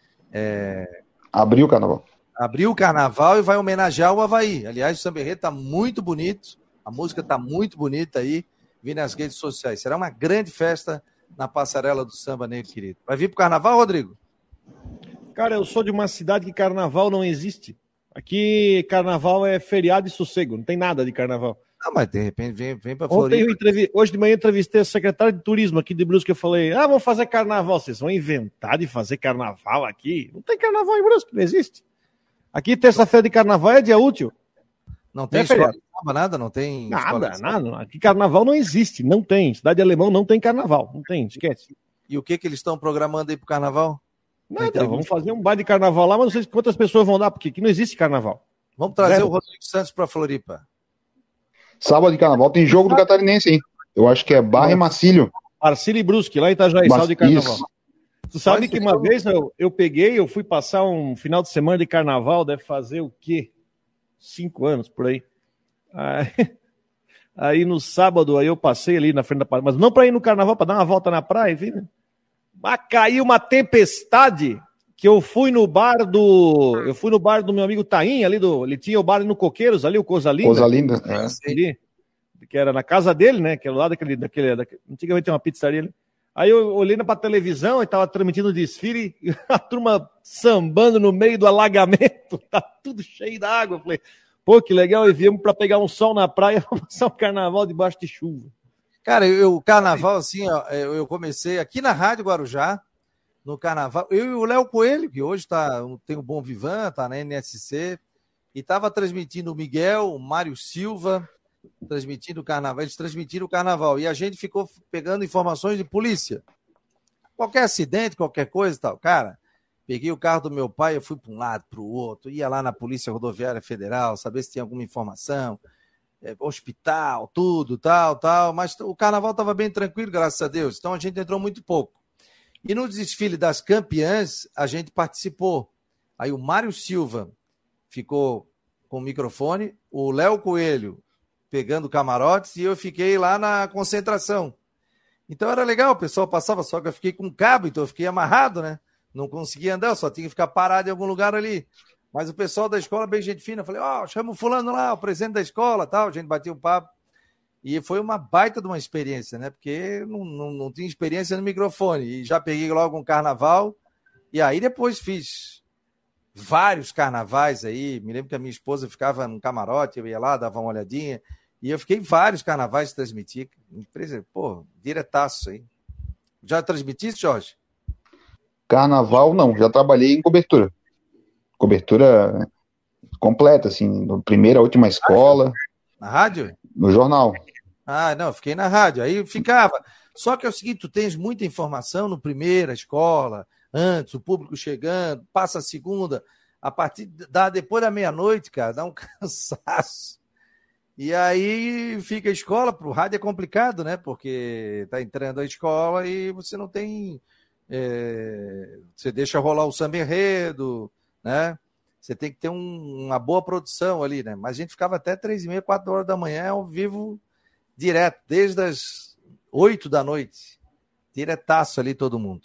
Speaker 1: é,
Speaker 5: abrir o carnaval.
Speaker 1: Abrir o carnaval e vai homenagear o Avaí. Aliás, o Samba Enredo está muito bonito, a música está muito bonita aí, vi nas redes sociais. Será uma grande festa na passarela do Samba Negro Querido. Vai vir pro carnaval, Rodrigo?
Speaker 4: Cara, eu sou de uma cidade que carnaval não existe. Aqui, carnaval é feriado e sossego, não tem nada de carnaval.
Speaker 1: Não, mas de repente vem, vem para Floripa.
Speaker 4: Entrev... Hoje de manhã eu entrevistei a secretária de turismo aqui de Brusque, eu falei, ah, vamos fazer carnaval. Vocês vão inventar de fazer carnaval aqui? Não tem carnaval em Brusque, não existe. Aqui, terça-feira de carnaval é dia útil.
Speaker 1: Não tem é escola de samba, nada? Não tem
Speaker 4: nada, nada. Aqui carnaval não existe, não tem. Cidade Alemão não tem carnaval, não tem, esquece.
Speaker 1: E o que que eles estão programando aí pro carnaval?
Speaker 4: Nada, vamos fazer um baile de carnaval lá, mas não sei quantas pessoas vão dar, porque aqui não existe carnaval.
Speaker 1: Vamos trazer Zero. o Rodrigo Santos para Floripa.
Speaker 5: Sábado de carnaval tem jogo do Catarinense, hein? Eu acho que é Barra e Marcílio.
Speaker 4: Marcílio e Brusque, lá em Itajaí, sábado de carnaval. Isso. Tu sabe que uma vez eu, eu peguei, eu fui passar um final de semana de carnaval, deve fazer o quê? Cinco anos, por aí. Aí, aí no sábado, aí eu passei ali na frente da praia, mas não para ir no carnaval, para dar uma volta na praia, enfim. Né? Mas caiu uma tempestade que eu fui no bar do. Eu fui no bar do meu amigo Taim, ali do. Ele tinha o bar no Coqueiros, ali, o Coisa Linda.
Speaker 5: Coisa Linda,
Speaker 4: é. Ali, que era na casa dele, né? Que era lá daquele. daquele, daquele antigamente tinha uma pizzaria ali. Aí eu olhei pra televisão e tava transmitindo o desfile e a turma sambando no meio do alagamento, tá tudo cheio d'água. Eu falei, pô, que legal, e viemos pra pegar um sol na praia pra passar um carnaval debaixo de chuva.
Speaker 1: Cara, eu, o carnaval, assim, ó, eu comecei aqui na Rádio Guarujá, no carnaval, eu e o Léo Coelho, que hoje tá, tem o Bom Vivan, tá na N S C, e tava transmitindo o Miguel, o Mário Silva, transmitindo o carnaval, eles transmitiram o carnaval, e a gente ficou pegando informações de polícia. Qualquer acidente, qualquer coisa e tal. Cara, peguei o carro do meu pai, eu fui para um lado, para o outro, ia lá na Polícia Rodoviária Federal, saber se tinha alguma informação, é, hospital, tudo, tal, tal, mas o carnaval estava bem tranquilo, graças a Deus, então a gente entrou muito pouco. E no desfile das campeãs, a gente participou. Aí o Mário Silva ficou com o microfone, o Léo Coelho pegando camarotes e eu fiquei lá na concentração. Então era legal, o pessoal passava, só que eu fiquei com cabo, então eu fiquei amarrado, né? Não conseguia andar, eu só tinha que ficar parado em algum lugar ali. Mas o pessoal da escola, bem gente fina, eu falei, ó, oh, chama o fulano lá, o presidente da escola, tal, a gente batia o papo. E foi uma baita de uma experiência, né? Porque não, não, não tinha experiência no microfone. E já peguei logo um carnaval, e aí depois fiz vários carnavais aí. Me lembro que a minha esposa ficava num camarote, eu ia lá, dava uma olhadinha. E eu fiquei vários carnavais transmitir. Empresa, pô, diretaço aí. Já transmitiste, Jorge?
Speaker 5: Carnaval, não. Já trabalhei em cobertura. Cobertura completa, assim, da primeira à última escola.
Speaker 1: Na rádio?
Speaker 5: No jornal.
Speaker 1: Ah, não, fiquei na rádio. Aí eu ficava. Só que é o seguinte, tu tens muita informação no primeira escola, antes, o público chegando, passa a segunda, a partir da depois da meia-noite, cara, dá um cansaço. E aí fica a escola, pro rádio é complicado, né? Porque tá entrando a escola e você não tem... É, você deixa rolar o samba enredo, né? Você tem que ter um, uma boa produção ali, né? Mas a gente ficava até três e meia, quatro horas da manhã ao vivo direto, desde as oito da noite. Diretaço ali todo mundo.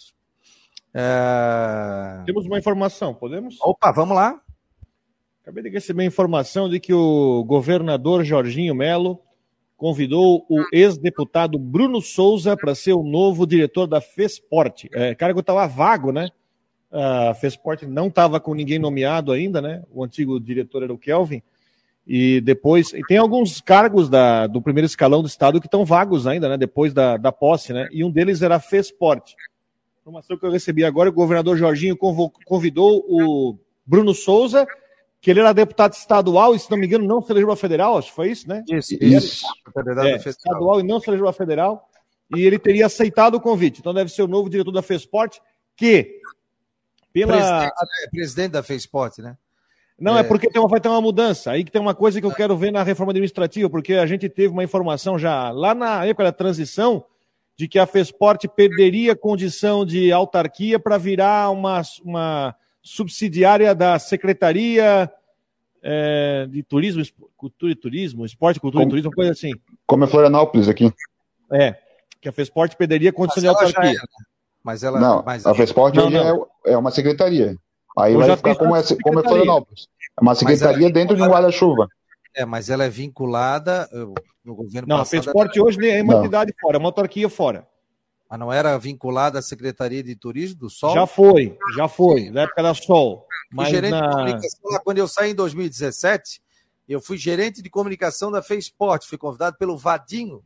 Speaker 1: É...
Speaker 4: Temos uma informação, podemos?
Speaker 1: Opa, vamos lá.
Speaker 4: Acabei de receber a informação de que o governador Jorginho Melo convidou o ex-deputado Bruno Souza para ser o novo diretor da FESPORT. É, cargo estava vago, né? A FESPORT não estava com ninguém nomeado ainda, né? O antigo diretor era o Kelvin. E depois... E tem alguns cargos da, do primeiro escalão do Estado que estão vagos ainda, né? Depois da, da posse, né? E um deles era a FESPORT. Informação que eu recebi agora, o governador Jorginho convidou o Bruno Souza, que ele era deputado estadual e, se não me engano, não se elegeu a federal, acho que foi isso, né?
Speaker 5: Isso. isso.
Speaker 4: É, estadual e não se elegeu a federal. e ele teria aceitado o convite. Então deve ser o novo diretor da FESPORT, que pela...
Speaker 1: Presidente, né? Presidente da FESPORT, né?
Speaker 4: Não, é, é porque tem uma, vai ter uma mudança. Aí que tem uma coisa que eu quero ver na reforma administrativa, porque a gente teve uma informação já lá na época da transição de que a FESPORT perderia condição de autarquia para virar uma, uma subsidiária da Secretaria é, de Turismo, Cultura e Turismo, Esporte, Cultura como, e Turismo, uma coisa assim.
Speaker 5: Como é Florianópolis aqui.
Speaker 4: É, que a FESPORT perderia condição de autarquia.
Speaker 1: É, mas ela,
Speaker 5: não,
Speaker 1: mas...
Speaker 5: a FESPORT não, hoje não. É, é uma secretaria. Aí eu vai ficar como é, como é Florianópolis. É uma secretaria é dentro de um guarda-chuva.
Speaker 1: É, mas ela é vinculada no governo
Speaker 4: não, passado. Não, a FESPORT era... hoje é uma não. entidade fora, é uma autarquia fora.
Speaker 1: Mas não era vinculada à Secretaria de Turismo do Sol?
Speaker 4: Já foi, já foi, na época da Sol.
Speaker 1: Mas fui gerente na... de comunicação lá, quando eu saí em dois mil e dezessete, eu fui gerente de comunicação da FESPORT, fui convidado pelo Vadinho,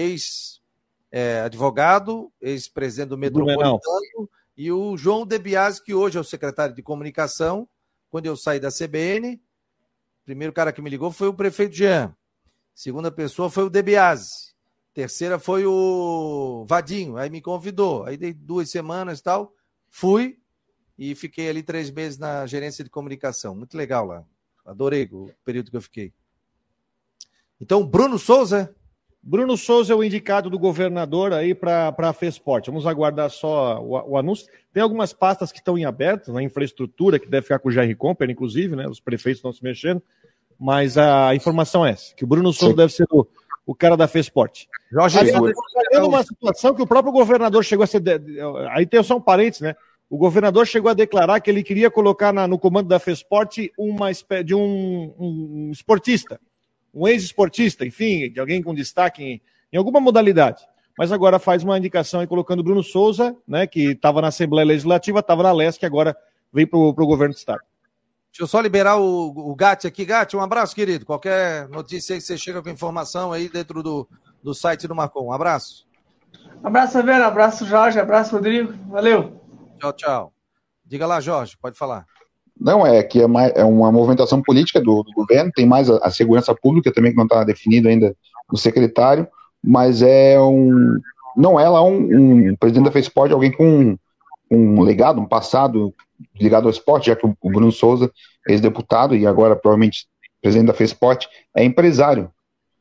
Speaker 1: ex-advogado, é, ex-presidente do Metropolitano, e o João De Biasi, que hoje é o secretário de comunicação. Quando eu saí da C B N, o primeiro cara que me ligou foi o prefeito Jean. Segunda pessoa foi o De Biasi. Terceira foi o Vadinho. Aí me convidou. Aí dei duas semanas e tal. Fui e fiquei ali três meses na gerência de comunicação. Muito legal lá. Adorei o período que eu fiquei. Então, Bruno Souza...
Speaker 4: Bruno Souza é o indicado do governador aí para a FESPORT. Vamos aguardar só o, o anúncio. Tem algumas pastas que estão em aberto, na infraestrutura, que deve ficar com o Jair Comper, inclusive, né? Os prefeitos estão se mexendo, mas a informação é essa, que o Bruno Souza Sim. deve ser o, o cara da FESPORT. Jorge, aí está uma situação que o próprio governador chegou a ser... Aí tem só um parênteses, né? O governador chegou a declarar que ele queria colocar na, no comando da FESPORT uma espécie de um, um esportista. Um ex-esportista, enfim, de alguém com destaque em, em alguma modalidade. Mas agora faz uma indicação aí colocando o Bruno Souza, né, que estava na Assembleia Legislativa, estava na Leste, que agora vem para o governo do Estado.
Speaker 1: Deixa eu só liberar o, o Gatti aqui. Gatti, um abraço, querido. Qualquer notícia aí que você chega com informação aí dentro do, do site do Marcon. Um abraço.
Speaker 3: Abraço, Severo. Abraço, Jorge. Abraço, Rodrigo. Valeu.
Speaker 1: Tchau, tchau. Diga lá, Jorge. Pode falar.
Speaker 5: Não, é que é, mais, é uma movimentação política do, do governo, tem mais a, a segurança pública também, que não está definido ainda no secretário, mas é um, não é lá um, um presidente da FESPORT, alguém com um, um legado, um passado ligado ao esporte, já que o, o Bruno Souza, ex-deputado e agora provavelmente presidente da FESPORT, é empresário.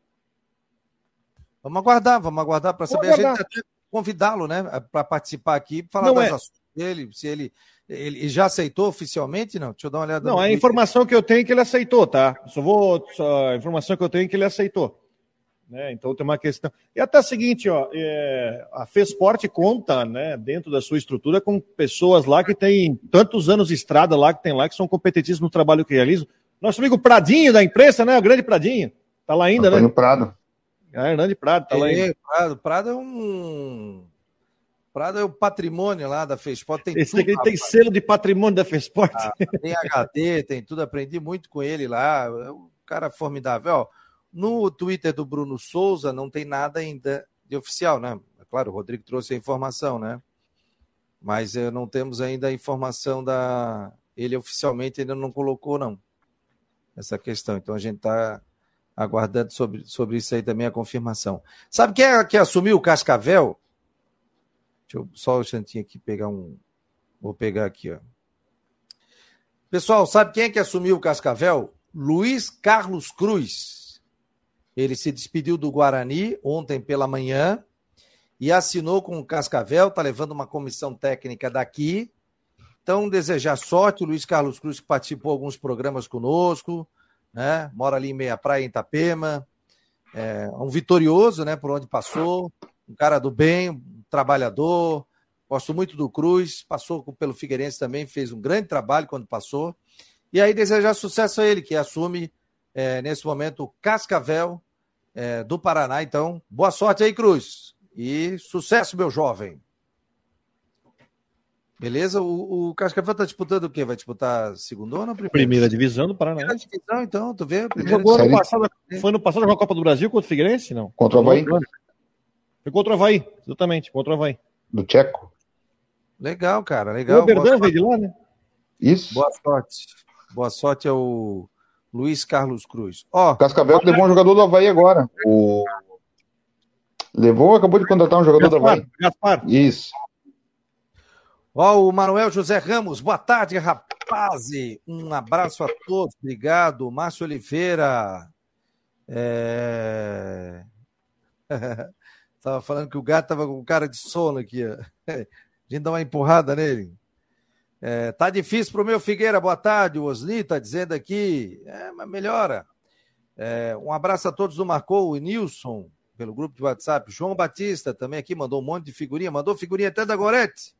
Speaker 1: Vamos aguardar, vamos aguardar para saber, aguardar. A gente até convidá-lo, né, para participar aqui, para falar não das é. ações dele, se ele... Ele já aceitou oficialmente? Não, deixa eu dar uma olhada.
Speaker 4: Não, a informação que eu tenho é que ele aceitou, tá? Só vou. Só, a informação que eu tenho é que ele aceitou. Né? Então tem uma questão. E até o seguinte, ó, é, a FESPORT conta, né, dentro da sua estrutura, com pessoas lá que têm tantos anos de estrada lá, que tem lá, que são competentes no trabalho que realizam. Nosso amigo Pradinho da imprensa, né? O grande Pradinho. Tá lá ainda,
Speaker 5: Antônio
Speaker 4: né?
Speaker 5: Prado.
Speaker 4: É, Hernani Prado, tá
Speaker 1: é,
Speaker 4: lá ainda.
Speaker 1: Prado, Prado é um. Prado é o patrimônio lá da FESPORT. Tem
Speaker 4: Esse
Speaker 1: tudo,
Speaker 4: aqui tem selo de patrimônio da FESPORT.
Speaker 1: Ah, tem H D, tem tudo. Aprendi muito com ele lá. É um cara formidável. Ó, no Twitter do Bruno Souza não tem nada ainda de oficial, né? É claro, o Rodrigo trouxe a informação, né? Mas eh, não temos ainda a informação da... Ele oficialmente ainda não colocou, não. Essa questão. Então a gente está aguardando sobre, sobre isso aí também a confirmação. Sabe quem é que assumiu o Cascavel? Deixa eu só um instantinho aqui pegar um... Vou pegar aqui, ó. Pessoal, sabe quem é que assumiu o Cascavel? Luiz Carlos Cruz. Ele se despediu do Guarani ontem pela manhã e assinou com o Cascavel, está levando uma comissão técnica daqui. Então, desejar sorte, o Luiz Carlos Cruz, que participou de alguns programas conosco, né? Mora ali em Meia Praia, em Itapema. É um vitorioso, né? Por onde passou, um cara do bem, um trabalhador. Gosto muito do Cruz, passou pelo Figueirense também, fez um grande trabalho quando passou. E aí desejar sucesso a ele, que assume é, nesse momento o Cascavel é, do Paraná. Então, boa sorte aí, Cruz. E sucesso, meu jovem. Beleza? O, o Cascavel está disputando o quê? Vai disputar a segunda ou não? Primeira?
Speaker 4: Primeira divisão do Paraná.
Speaker 1: Primeira divisão, então, tu vê? Primeira
Speaker 4: Jogou ano passado, foi no passado jogar a Copa do Brasil contra o Figueirense? Não.
Speaker 5: Contra o Avaí?
Speaker 4: Foi contra o Avaí, exatamente, contra o Avaí.
Speaker 5: Do Tcheco.
Speaker 1: Legal, cara, legal.
Speaker 4: O Berdan veio de lá, né?
Speaker 5: Isso.
Speaker 1: Boa sorte. Boa sorte ao Luiz Carlos Cruz. Ó,
Speaker 5: o Cascavel que levou um jogador do Avaí agora. O Levou, acabou de contratar um jogador
Speaker 4: Gaspar,
Speaker 5: da Havaí.
Speaker 4: Gaspar.
Speaker 5: Isso.
Speaker 1: Ó, o Manuel José Ramos, boa tarde, rapaz. Um abraço a todos, obrigado. Márcio Oliveira. É... Tava falando que o gato tava com cara de sono aqui. Ó. A gente dá uma empurrada nele. É, tá difícil pro meu Figueira, boa tarde. O Osni tá dizendo aqui. É, mas melhora. É, um abraço a todos do Marcou, o Nilson, pelo grupo de WhatsApp. João Batista também aqui, mandou um monte de figurinha. Mandou figurinha até da Gorete.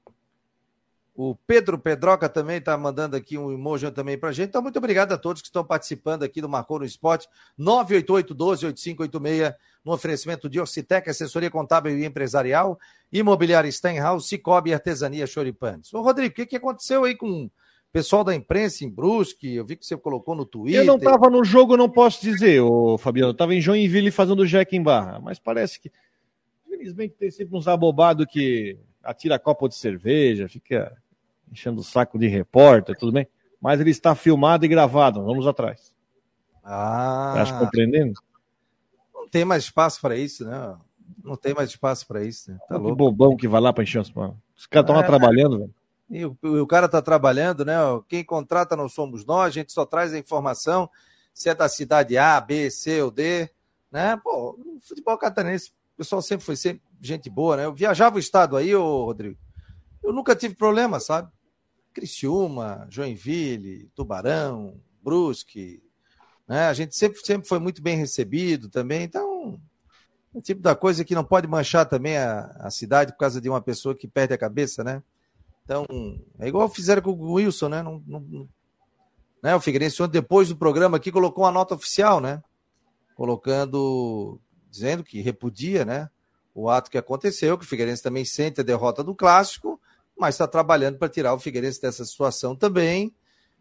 Speaker 1: O Pedro Pedroca também está mandando aqui um emoji também para a gente. Então, muito obrigado a todos que estão participando aqui do Marcou no Esporte. nove oito oito, um dois, oito cinco oito seis, no oferecimento de Orcitec, assessoria contábil e empresarial, Imobiliária Steinhaus, Cicobi e Artesania Choripanes. Ô, Rodrigo, o que, que aconteceu aí com o pessoal da imprensa em Brusque? Eu vi que você colocou no Twitter.
Speaker 4: Eu não estava no jogo, não posso dizer, ô, Fabiano. Eu estava em Joinville fazendo Jack em Barra, mas parece que, infelizmente, tem sempre uns abobados que atira copo de cerveja, fica enchendo o saco de repórter, tudo bem? Mas ele está filmado e gravado, vamos atrás.
Speaker 1: Ah.
Speaker 4: Acho compreendendo?
Speaker 1: Não tem mais espaço para isso, né? Não tem mais espaço para isso, né? Tá
Speaker 4: que
Speaker 1: louco.
Speaker 4: bobão que vai lá para encher os panos. Os caras estão é, lá trabalhando, velho.
Speaker 1: E o, o cara tá trabalhando, né? Quem contrata não somos nós, a gente só traz a informação se é da cidade A, B, C ou D, né? Pô, o futebol catarinense, o pessoal sempre foi sempre gente boa, né? Eu viajava o estado aí, ô Rodrigo. Eu nunca tive problema, sabe? Criciúma, Joinville, Tubarão, Brusque, né? A gente sempre, sempre foi muito bem recebido também, então é o tipo da coisa que não pode manchar também a, a cidade por causa de uma pessoa que perde a cabeça, né? Então, é igual fizeram com o Wilson, né? Não, não, né? O Figueirense ontem, depois do programa aqui, colocou uma nota oficial, né? Colocando, dizendo que repudia, né? O ato que aconteceu, que o Figueirense também sente a derrota do Clássico, mas está trabalhando para tirar o Figueirense dessa situação também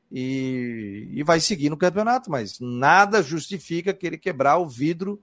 Speaker 1: e, e vai seguir no campeonato, mas nada justifica querer quebrar o vidro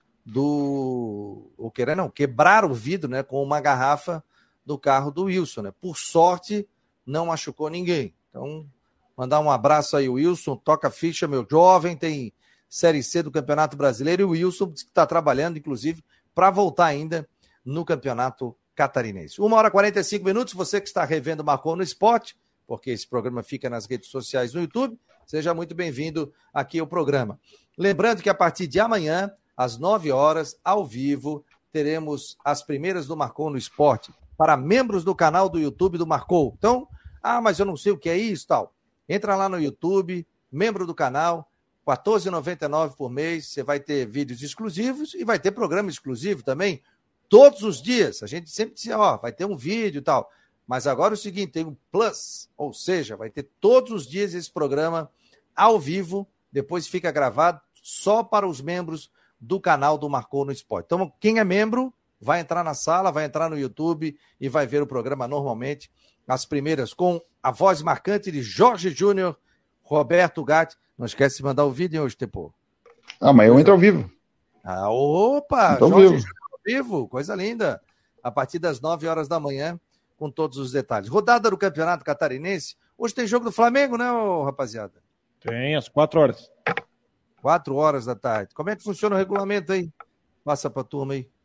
Speaker 1: do... ou querer não, quebrar o vidro, né, com uma garrafa do carro do Wilson, né? Por sorte, não machucou ninguém. Então, mandar um abraço aí, Wilson, toca ficha, meu jovem, tem Série C do Campeonato Brasileiro e o Wilson está trabalhando, inclusive, para voltar ainda no Campeonato Catarinense. uma hora e quarenta e cinco minutos, você que está revendo Marcou no Esporte, porque esse programa fica nas redes sociais no YouTube, seja muito bem-vindo aqui ao programa. Lembrando que a partir de amanhã, às nove horas, ao vivo, teremos as primeiras do Marcou no Esporte, para membros do canal do YouTube do Marcou. Então, ah, mas eu não sei o que é isso, tal. Entra lá no YouTube, membro do canal, quatorze reais e noventa e nove centavos por mês, você vai ter vídeos exclusivos e vai ter programa exclusivo também, todos os dias. A gente sempre dizia, ó, vai ter um vídeo e tal. Mas agora é o seguinte, tem um plus, ou seja, vai ter todos os dias esse programa ao vivo, depois fica gravado só para os membros do canal do Marcou no Esporte. Então, quem é membro, vai entrar na sala, vai entrar no YouTube e vai ver o programa normalmente, as primeiras com a voz marcante de Jorge Júnior, Roberto Gatti. Não esquece de mandar o vídeo hoje, Tepô.
Speaker 5: Ah, mas eu entro ao vivo.
Speaker 1: Ah, opa!
Speaker 5: Então,
Speaker 1: Jorge
Speaker 5: vivo.
Speaker 1: Júnior ao vivo, coisa linda. A partir das nove horas da manhã, com todos os detalhes. Rodada do Campeonato Catarinense. Hoje tem jogo do Flamengo, né, ô, rapaziada?
Speaker 4: Tem, às quatro horas.
Speaker 1: Quatro horas da tarde. Como é que funciona o regulamento aí? Passa pra turma aí.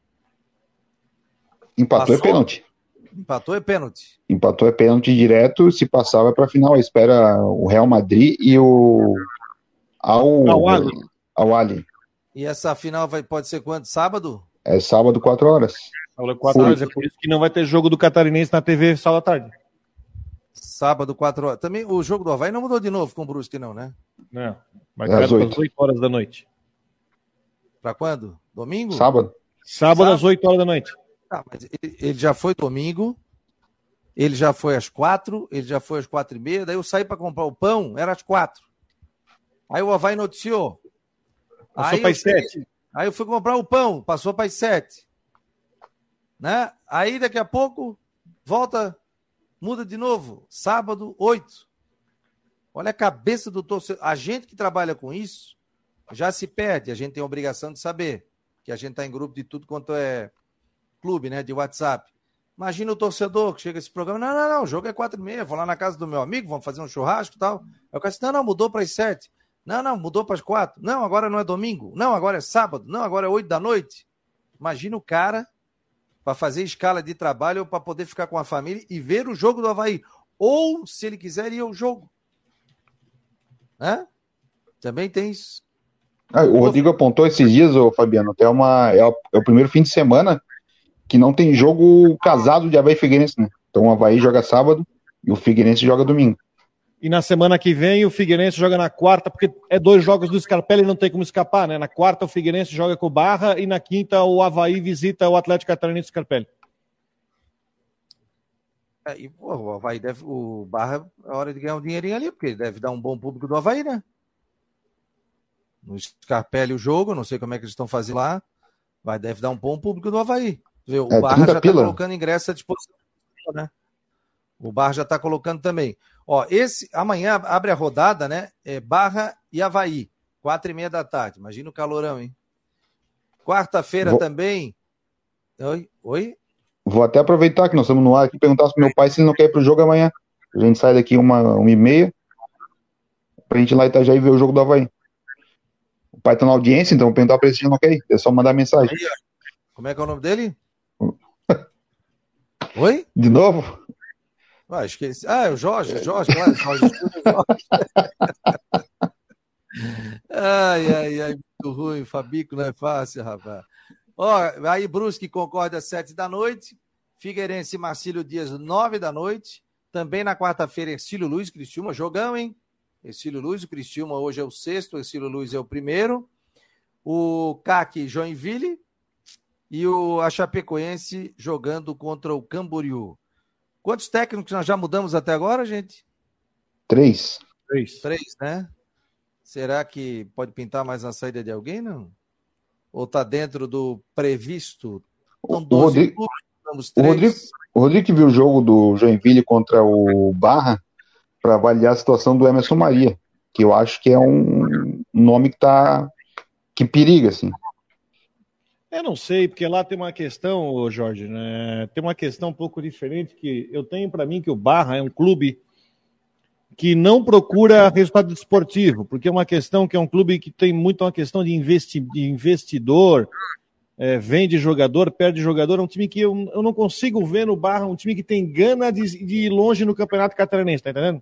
Speaker 5: Empatou
Speaker 1: Passou?
Speaker 5: é pênalti.
Speaker 1: Empatou é pênalti.
Speaker 5: Empatou é pênalti direto, se passar vai pra final. Espera o Real Madrid e o Al
Speaker 4: Al-Ahly.
Speaker 5: Al-Ahly.
Speaker 1: E essa final vai, pode ser quando? Sábado?
Speaker 5: É sábado, quatro horas.
Speaker 4: quatro horas, é por isso que não vai ter jogo do Catarinense na T V sábado à tarde.
Speaker 1: Sábado, quatro horas. Também o jogo do Avaí não mudou de novo com o Brusque, não, né?
Speaker 4: Não, vai
Speaker 5: É às
Speaker 4: para
Speaker 5: oito.
Speaker 4: as oito horas da noite.
Speaker 1: Pra quando? Domingo?
Speaker 5: Sábado.
Speaker 4: Sábado,
Speaker 1: Sábado.
Speaker 4: às oito horas da noite.
Speaker 1: Ah, mas ele, ele já foi domingo, ele já foi às quatro, ele já foi às quatro e meia, daí eu saí para comprar o pão, era às quatro. Aí o Avaí noticiou.
Speaker 4: Passou
Speaker 1: Aí
Speaker 4: para
Speaker 1: eu
Speaker 4: as sete.
Speaker 1: Aí eu fui comprar o pão, passou para as sete. Né? Aí daqui a pouco, volta, muda de novo. Sábado, oito. Olha a cabeça do torcedor. A gente que trabalha com isso já se perde. A gente tem a obrigação de saber que a gente está em grupo de tudo quanto é clube, né? De WhatsApp. Imagina o torcedor que chega esse programa. Não, não, não, o jogo é quatro e meia. Vou lá na casa do meu amigo, vamos fazer um churrasco e tal. Aí o cara disse, não, não, mudou para as sete. Não, não, mudou para as quatro. Não, agora não é domingo. Não, agora é sábado. Não, agora é oito da noite. Imagina o cara para fazer escala de trabalho ou para poder ficar com a família e ver o jogo do Avaí. Ou, se ele quiser, ir ao jogo. Né? Também tem isso.
Speaker 5: Ah, o Rodrigo apontou esses dias, ô, Fabiano, até uma, é, o, é o primeiro fim de semana que não tem jogo casado de Avaí e Figueirense, né? Então o Avaí joga sábado e o Figueirense joga domingo.
Speaker 4: E na semana que vem o Figueirense joga na quarta, porque é dois jogos do Scarpelli e não tem como escapar, né? Na quarta o Figueirense joga com o Barra e na quinta o Avaí visita o Atlético Catarinense do Scarpelli.
Speaker 1: É, e pô, o Avaí deve, o Barra é hora de ganhar um dinheirinho ali, porque ele deve dar um bom público do Avaí, né? No Scarpelli o jogo, não sei como é que eles estão fazendo lá, mas deve dar um bom público do Avaí. O
Speaker 5: É,
Speaker 1: Barra já está
Speaker 5: pila.
Speaker 1: colocando ingresso à disposição, né? O Barra já está colocando também. Ó, esse, amanhã abre a rodada, né? É Barra e Avaí, quatro e meia da tarde. Imagina o calorão, hein? Quarta-feira
Speaker 5: Vou...
Speaker 1: também. Oi? Oi?
Speaker 5: Vou até aproveitar que nós estamos no ar aqui e perguntar pro meu pai se ele não quer ir pro jogo amanhã. A gente sai daqui uma, uma e meia pra gente ir lá em Itajaí ver o jogo do Avaí. O pai tá na audiência, então vou perguntar pra ele se ele não quer ir. É só mandar mensagem.
Speaker 1: Aí, como é que é o nome dele? Oi?
Speaker 5: De novo?
Speaker 1: Ah, esqueci. Ah, é o Jorge, Jorge, claro, Jorge. Jorge. Ai, ai, ai, muito ruim, Fabico não é fácil, rapaz. Ó, aí Brusque Concorde às sete da noite, Figueirense e Marcílio Dias, nove da noite, também na quarta-feira, Ercílio Luz, Criciúma, jogão, hein? Ercílio Luz, o Criciúma hoje é o sexto, o Ercílio Luz é o primeiro, o C A C Joinville e o a Chapecoense jogando contra o Camboriú. Quantos técnicos nós já mudamos até agora, gente?
Speaker 5: Três.
Speaker 4: Três.
Speaker 1: Três, né? Será que pode pintar mais a saída de alguém, não? Ou está dentro do previsto? São doze
Speaker 5: Rodrigo,
Speaker 1: clubes, vamos
Speaker 5: o,
Speaker 1: três.
Speaker 5: Rodrigo, o Rodrigo que viu o jogo do Joinville contra o Barra para avaliar a situação do Emerson Maria, que eu acho que é um nome que tá que periga, assim.
Speaker 4: Eu não sei, porque lá tem uma questão, ô Jorge, né? Tem uma questão um pouco diferente, que eu tenho para mim que o Barra é um clube que não procura resultado esportivo, porque é uma questão que é um clube que tem muito uma questão de, investi de investidor, é, vende jogador, perde jogador, é um time que eu, eu não consigo ver no Barra, um time que tem gana de, de ir longe no Campeonato Catarinense, tá entendendo?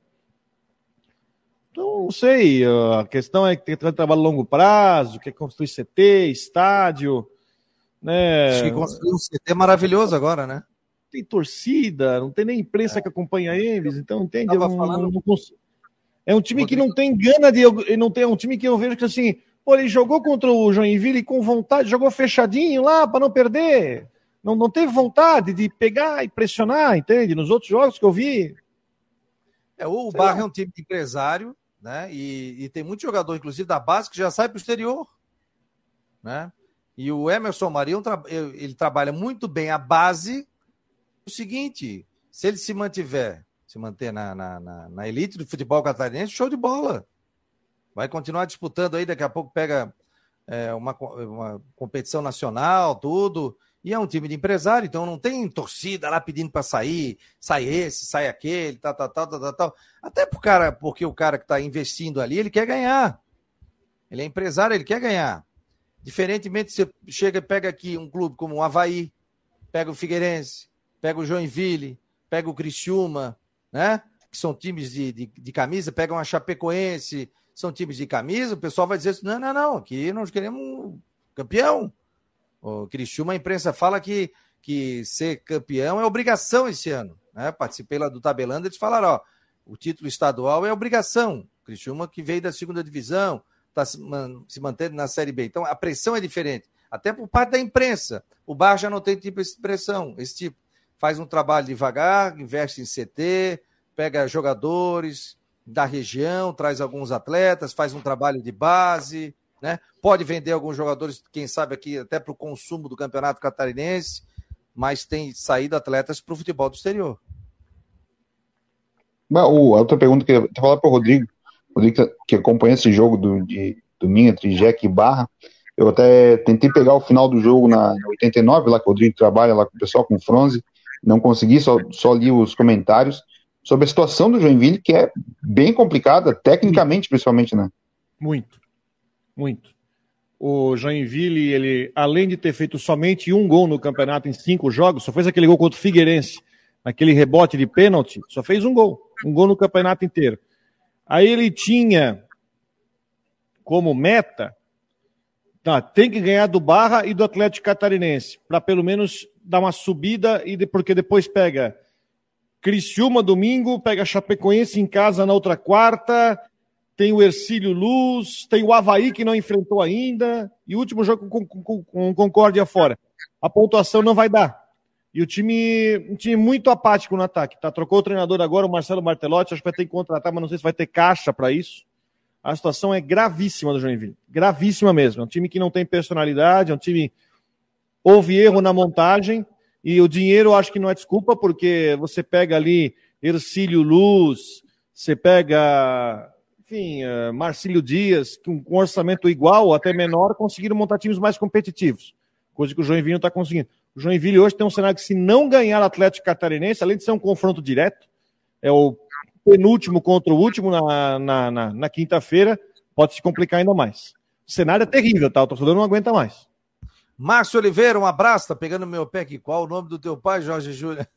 Speaker 4: Então, não sei, a questão é que tem trabalho a longo prazo, quer construir C T, estádio, né?
Speaker 1: Acho que construiu um C T maravilhoso agora, né?
Speaker 4: Tem torcida, não tem nem imprensa é. que acompanha eles, então entende? Eu não,
Speaker 1: falando...
Speaker 4: não consigo... É um time que não tem gana de. Não tem, é um time que eu vejo que assim, pô, ele jogou contra o Joinville com vontade, jogou fechadinho lá para não perder. Não, não teve vontade de pegar e pressionar, entende? Nos outros jogos que eu vi.
Speaker 1: É, o Barra é um time de empresário, né? E, e tem muito jogador, inclusive da base, que já sai para o exterior, né? E o Emerson Maria, ele trabalha muito bem a base. O seguinte, se ele se mantiver, se manter na, na, na, na elite do futebol catarinense, show de bola. Vai continuar disputando aí, daqui a pouco pega é, uma, uma competição nacional, tudo. E é um time de empresário, então não tem torcida lá pedindo para sair, sai esse, sai aquele, tal, tal, tal, tal, tal. Até pro cara, porque o cara que está investindo ali, ele quer ganhar. Ele é empresário, ele quer ganhar. Diferentemente, você chega e pega aqui um clube como o Avaí, pega o Figueirense, pega o Joinville, pega o Criciúma, né? Que são times de, de, de camisa, pega uma Chapecoense, são times de camisa, o pessoal vai dizer assim, não, não, não, aqui nós queremos campeão. O Criciúma, a imprensa fala que, que ser campeão é obrigação esse ano, né? Participei lá do Tabelando, eles falaram, ó, o título estadual é obrigação. O Criciúma que veio da segunda divisão, está se, man, se mantendo na Série B. Então, a pressão é diferente. Até por parte da imprensa. O Barra já não tem tipo de pressão, esse tipo. Faz um trabalho devagar, investe em C T, pega jogadores da região, traz alguns atletas, faz um trabalho de base, né? Pode vender alguns jogadores, quem sabe aqui, até para o consumo do Campeonato Catarinense, mas tem saído atletas para o futebol do exterior.
Speaker 5: A outra pergunta que eu ia falar para o Rodrigo, Rodrigo que acompanha esse jogo do, de domingo entre Jack e Barra, eu até tentei pegar o final do jogo na oitenta e nove, lá que o Rodrigo trabalha lá com o pessoal, com o Fronze, não consegui, só, só li os comentários sobre a situação do Joinville, que é bem complicada, tecnicamente principalmente, né?
Speaker 4: Muito, muito. o Joinville, ele, além de ter feito somente um gol no campeonato em cinco jogos, só fez aquele gol contra o Figueirense, aquele rebote de pênalti, só fez um gol, um gol no campeonato inteiro. Aí ele tinha como meta, tá, tem que ganhar do Barra e do Atlético Catarinense, para pelo menos dar uma subida, e de, porque depois pega Criciúma domingo, pega Chapecoense em casa na outra quarta, tem o Hercílio Luz, tem o Avaí que não enfrentou ainda, e o último jogo com, com, com Concórdia fora. A pontuação não vai dar. E o time, um time muito apático no ataque. Tá? Trocou o treinador agora, o Marcelo Martelotti, acho que vai ter que contratar, mas não sei se vai ter caixa para isso. A situação é gravíssima do Joinville. Gravíssima mesmo. É um time que não tem personalidade, é um time... Houve erro na montagem, e o dinheiro eu acho que não é desculpa, porque você pega ali Hercílio Luz, você pega... Enfim, uh, Marcílio Dias, com um orçamento igual ou até menor, conseguiram montar times mais competitivos, coisa que o Joinville não está conseguindo. O Joinville hoje tem um cenário que, se não ganhar o Atlético Catarinense, além de ser um confronto direto, é o penúltimo contra o último na, na, na, na quinta-feira, pode se complicar ainda mais. O cenário é terrível, tá? O torcedor não aguenta mais.
Speaker 1: Márcio Oliveira, um abraço, tá pegando meu pé aqui. Qual o nome do teu pai, Jorge Júnior?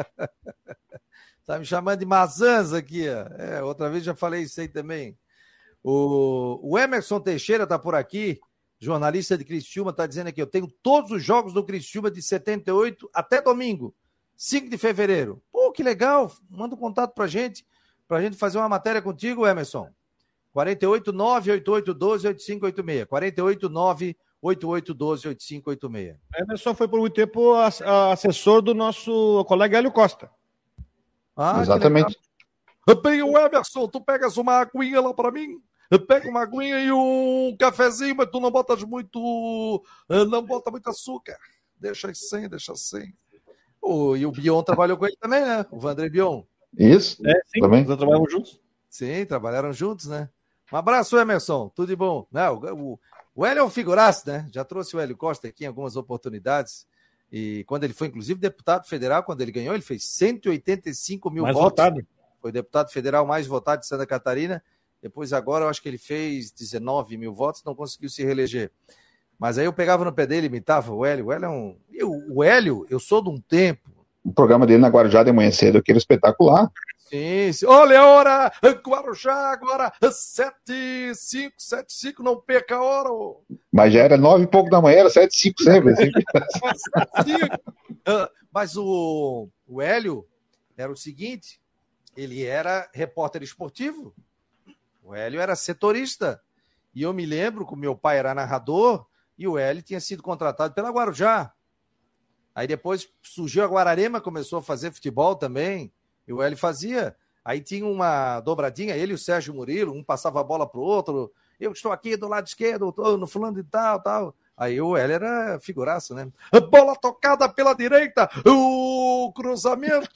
Speaker 1: Tá me chamando de Mazanza aqui, ó. É, outra vez já falei isso aí também. O, o Emerson Teixeira tá por aqui, jornalista de Criciúma, tá dizendo aqui, eu tenho todos os jogos do Criciúma de setenta e oito até domingo, cinco de fevereiro. Pô, que legal, manda um contato pra gente, pra gente fazer uma matéria contigo, Emerson. quatro oito nove, oito oito um dois, oito cinco oito seis, quatro oito nove, oito oito um dois, oito cinco oito seis.
Speaker 4: Emerson foi por muito tempo assessor do nosso colega Hélio Costa.
Speaker 1: Ah,
Speaker 5: exatamente.
Speaker 1: Bem, o Emerson, tu pegas uma aguinha lá pra mim? Pega uma aguinha e um cafezinho, mas tu não botas muito, não bota muito açúcar. Deixa sem, deixa sem. Oh, e o Bion trabalhou com ele também, né? O Vandré Bion.
Speaker 5: Isso,
Speaker 4: é, sim,
Speaker 5: também.
Speaker 4: Eles trabalharam juntos.
Speaker 1: Sim, trabalharam juntos, né? Um abraço, Emerson. Tudo de bom. Não, o, o Hélio é um figuraço, né? Já trouxe o Hélio Costa aqui em algumas oportunidades. E quando ele foi, inclusive, deputado federal, quando ele ganhou, ele fez cento e oitenta e cinco mil
Speaker 4: mais
Speaker 1: votos.
Speaker 4: Votado.
Speaker 1: Foi deputado federal mais votado de Santa Catarina. Depois, agora, eu acho que ele fez dezenove mil votos, não conseguiu se reeleger. Mas aí eu pegava no pé dele, imitava o Hélio. O Hélio é um... Eu, o Hélio, eu sou de um tempo...
Speaker 5: O programa dele na Guarujá de manhã cedo, aquele espetacular.
Speaker 1: Sim, sim. Olha a hora! Guarujá agora, sete e cinco, sete e cinco, não perca a hora. Ô.
Speaker 5: Mas já era nove e pouco da manhã, era sete e cinco sempre. Assim.
Speaker 1: Mas o, o Hélio era o seguinte, ele era repórter esportivo, o Hélio era setorista, e eu me lembro que o meu pai era narrador, e o Hélio tinha sido contratado pela Guarujá. Aí depois surgiu a Guararema, começou a fazer futebol também, e o Hélio fazia. Aí tinha uma dobradinha, ele e o Sérgio Murilo, um passava a bola pro outro, eu estou aqui do lado esquerdo, estou no fulano de tal, tal. Aí o Hélio era figuraço, né? Bola tocada pela direita, o cruzamento,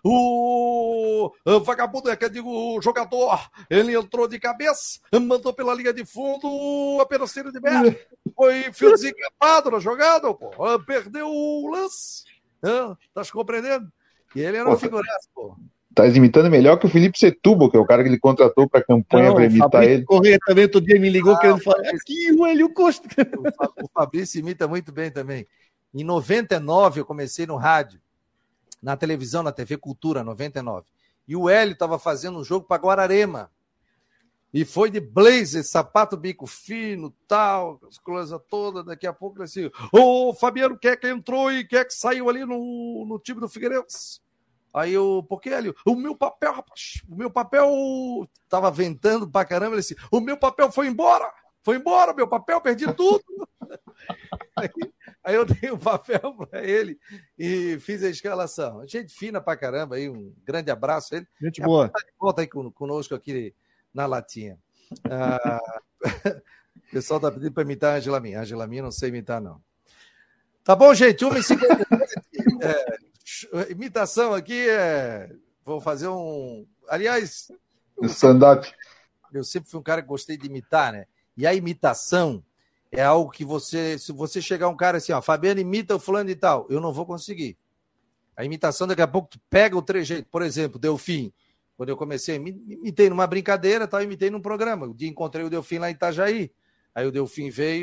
Speaker 1: o vagabundo, que eu digo, o jogador, ele entrou de cabeça, mandou pela linha de fundo, apenas tiro de meta, foi fiozinho capado na jogada, pô, perdeu o lance, tá compreendendo? E ele era um figuraço, pô.
Speaker 5: Tá imitando melhor que o Felipe Setúbal, que é o cara que ele contratou para a campanha para imitar
Speaker 4: Fabrício
Speaker 5: ele.
Speaker 4: Correia também, outro dia me ligou ah, querendo falar aqui, o Hélio Costa.
Speaker 1: O Fabrício imita muito bem também. Em noventa e nove eu comecei no rádio, na televisão, na T V Cultura, noventa e nove. E o Hélio estava fazendo um jogo para Guararema. E foi de blazer, sapato bico fino, tal, as coisas todas. Daqui a pouco ele assim, ô oh, Fabiano, quer que entrou e quer que saiu ali no, no time do Figueirense? Aí eu, por que, Hélio? O meu papel, rapaz, o meu papel tava ventando pra caramba, ele disse, o meu papel foi embora, foi embora, meu papel, perdi tudo. Aí, aí eu dei o um papel pra ele e fiz a escalação. Gente fina pra caramba, aí um grande abraço a ele.
Speaker 4: Gente boa.
Speaker 1: Volta aí conosco aqui na latinha. Ah, o pessoal tá pedindo pra imitar a Angela Minha. A Angela Minha não sei imitar, não. Tá bom, gente? uma e cinquenta e sete. É... Imitação aqui é. Vou fazer um. Aliás,
Speaker 5: stand-up.
Speaker 1: Eu sempre fui um cara que gostei de imitar, né? E a imitação é algo que você. Se você chegar um cara assim, ó, Fabiano imita o fulano e tal, eu não vou conseguir. A imitação, daqui a pouco, tu pega o trejeito. Por exemplo, Delfim. Quando eu comecei, imitei numa brincadeira, tal, imitei num programa. Um dia encontrei o Delfim lá em Itajaí. Aí o Delfim veio,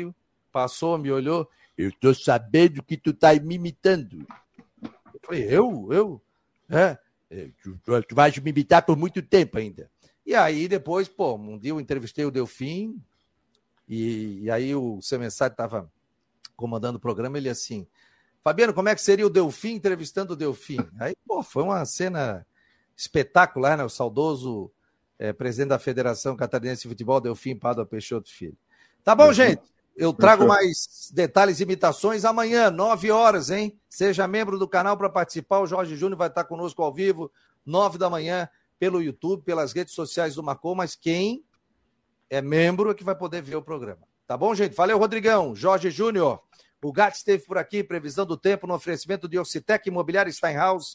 Speaker 1: passou, me olhou. Eu tô sabendo que tu tá me imitando. Eu falei, eu? Eu? É, tu, tu vais me imitar por muito tempo ainda. E aí, depois, pô, um dia eu entrevistei o Delfim, e, e aí o seu Mensagem estava comandando o programa, ele assim, Fabiano, como é que seria o Delfim entrevistando o Delfim? Aí, pô, foi uma cena espetacular, né? O saudoso é, presidente da Federação Catarinense de Futebol, Delfim Pádua Peixoto Filho. Tá bom, gente? Eu trago mais detalhes e imitações amanhã, nove horas, hein? Seja membro do canal para participar. O Jorge Júnior vai estar conosco ao vivo, nove da manhã, pelo YouTube, pelas redes sociais do Marcou, mas quem é membro é que vai poder ver o programa. Tá bom, gente? Valeu, Rodrigão, Jorge Júnior. O Gatti esteve por aqui, previsão do tempo no oferecimento de Ocitec, Imobiliária Steinhaus,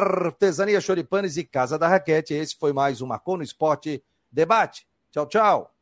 Speaker 1: Artesania Choripanes e Casa da Raquete. Esse foi mais um Marcou no Esporte Debate. Tchau, tchau.